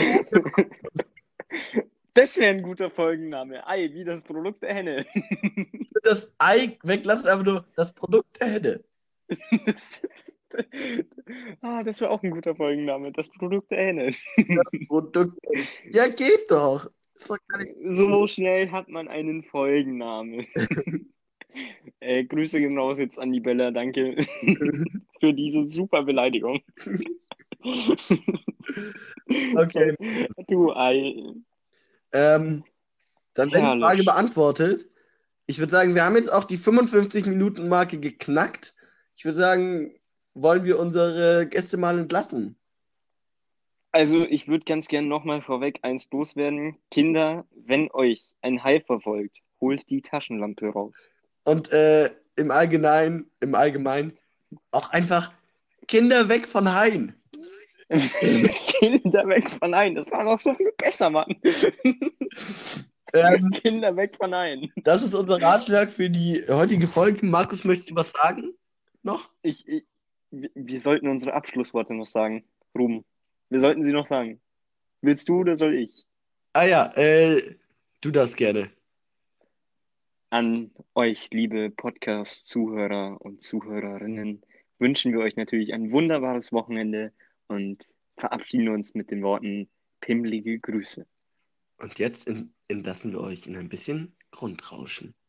Das wäre ein guter Folgenname. Ei, wie das Produkt der Henne. Das Ei weglassen, aber nur das Produkt der Henne. Das ist, ah, das wäre auch ein guter Folgenname. Das Produkt der Henne. Produkt. Ja, geht doch. Ist doch gar nicht. So schnell hat man einen Folgennamen. Äh, Grüße gehen raus jetzt an die Bella. Danke für diese super Beleidigung. Okay. Du Ei. Ähm, dann wäre die Frage Herrlich. beantwortet. Ich würde sagen, wir haben jetzt auch die fünfundfünfzig-Minuten-Marke geknackt. Ich würde sagen, wollen wir unsere Gäste mal entlassen? Also, ich würde ganz gern nochmal vorweg eins loswerden. Kinder, wenn euch ein Hai verfolgt, holt die Taschenlampe raus. Und äh, im Allgemeinen, im Allgemeinen auch einfach Kinder weg von Haien. Kinder weg von Haien. Das war doch so viel besser, Mann. Ähm, Kinder weg von Haien. das ist unser Ratschlag für die heutige Folge. Markus, möchtest du was sagen? Noch? Ich, ich, wir wir sollten unsere Abschlussworte noch sagen. Ruben, wir sollten sie noch sagen. Willst du oder soll ich? Ah ja, äh, tu das gerne. An euch, liebe Podcast-Zuhörer und Zuhörerinnen, wünschen wir euch natürlich ein wunderbares Wochenende und verabschieden uns mit den Worten pimmelige Grüße. Und jetzt in, entlassen wir euch in ein bisschen Grundrauschen.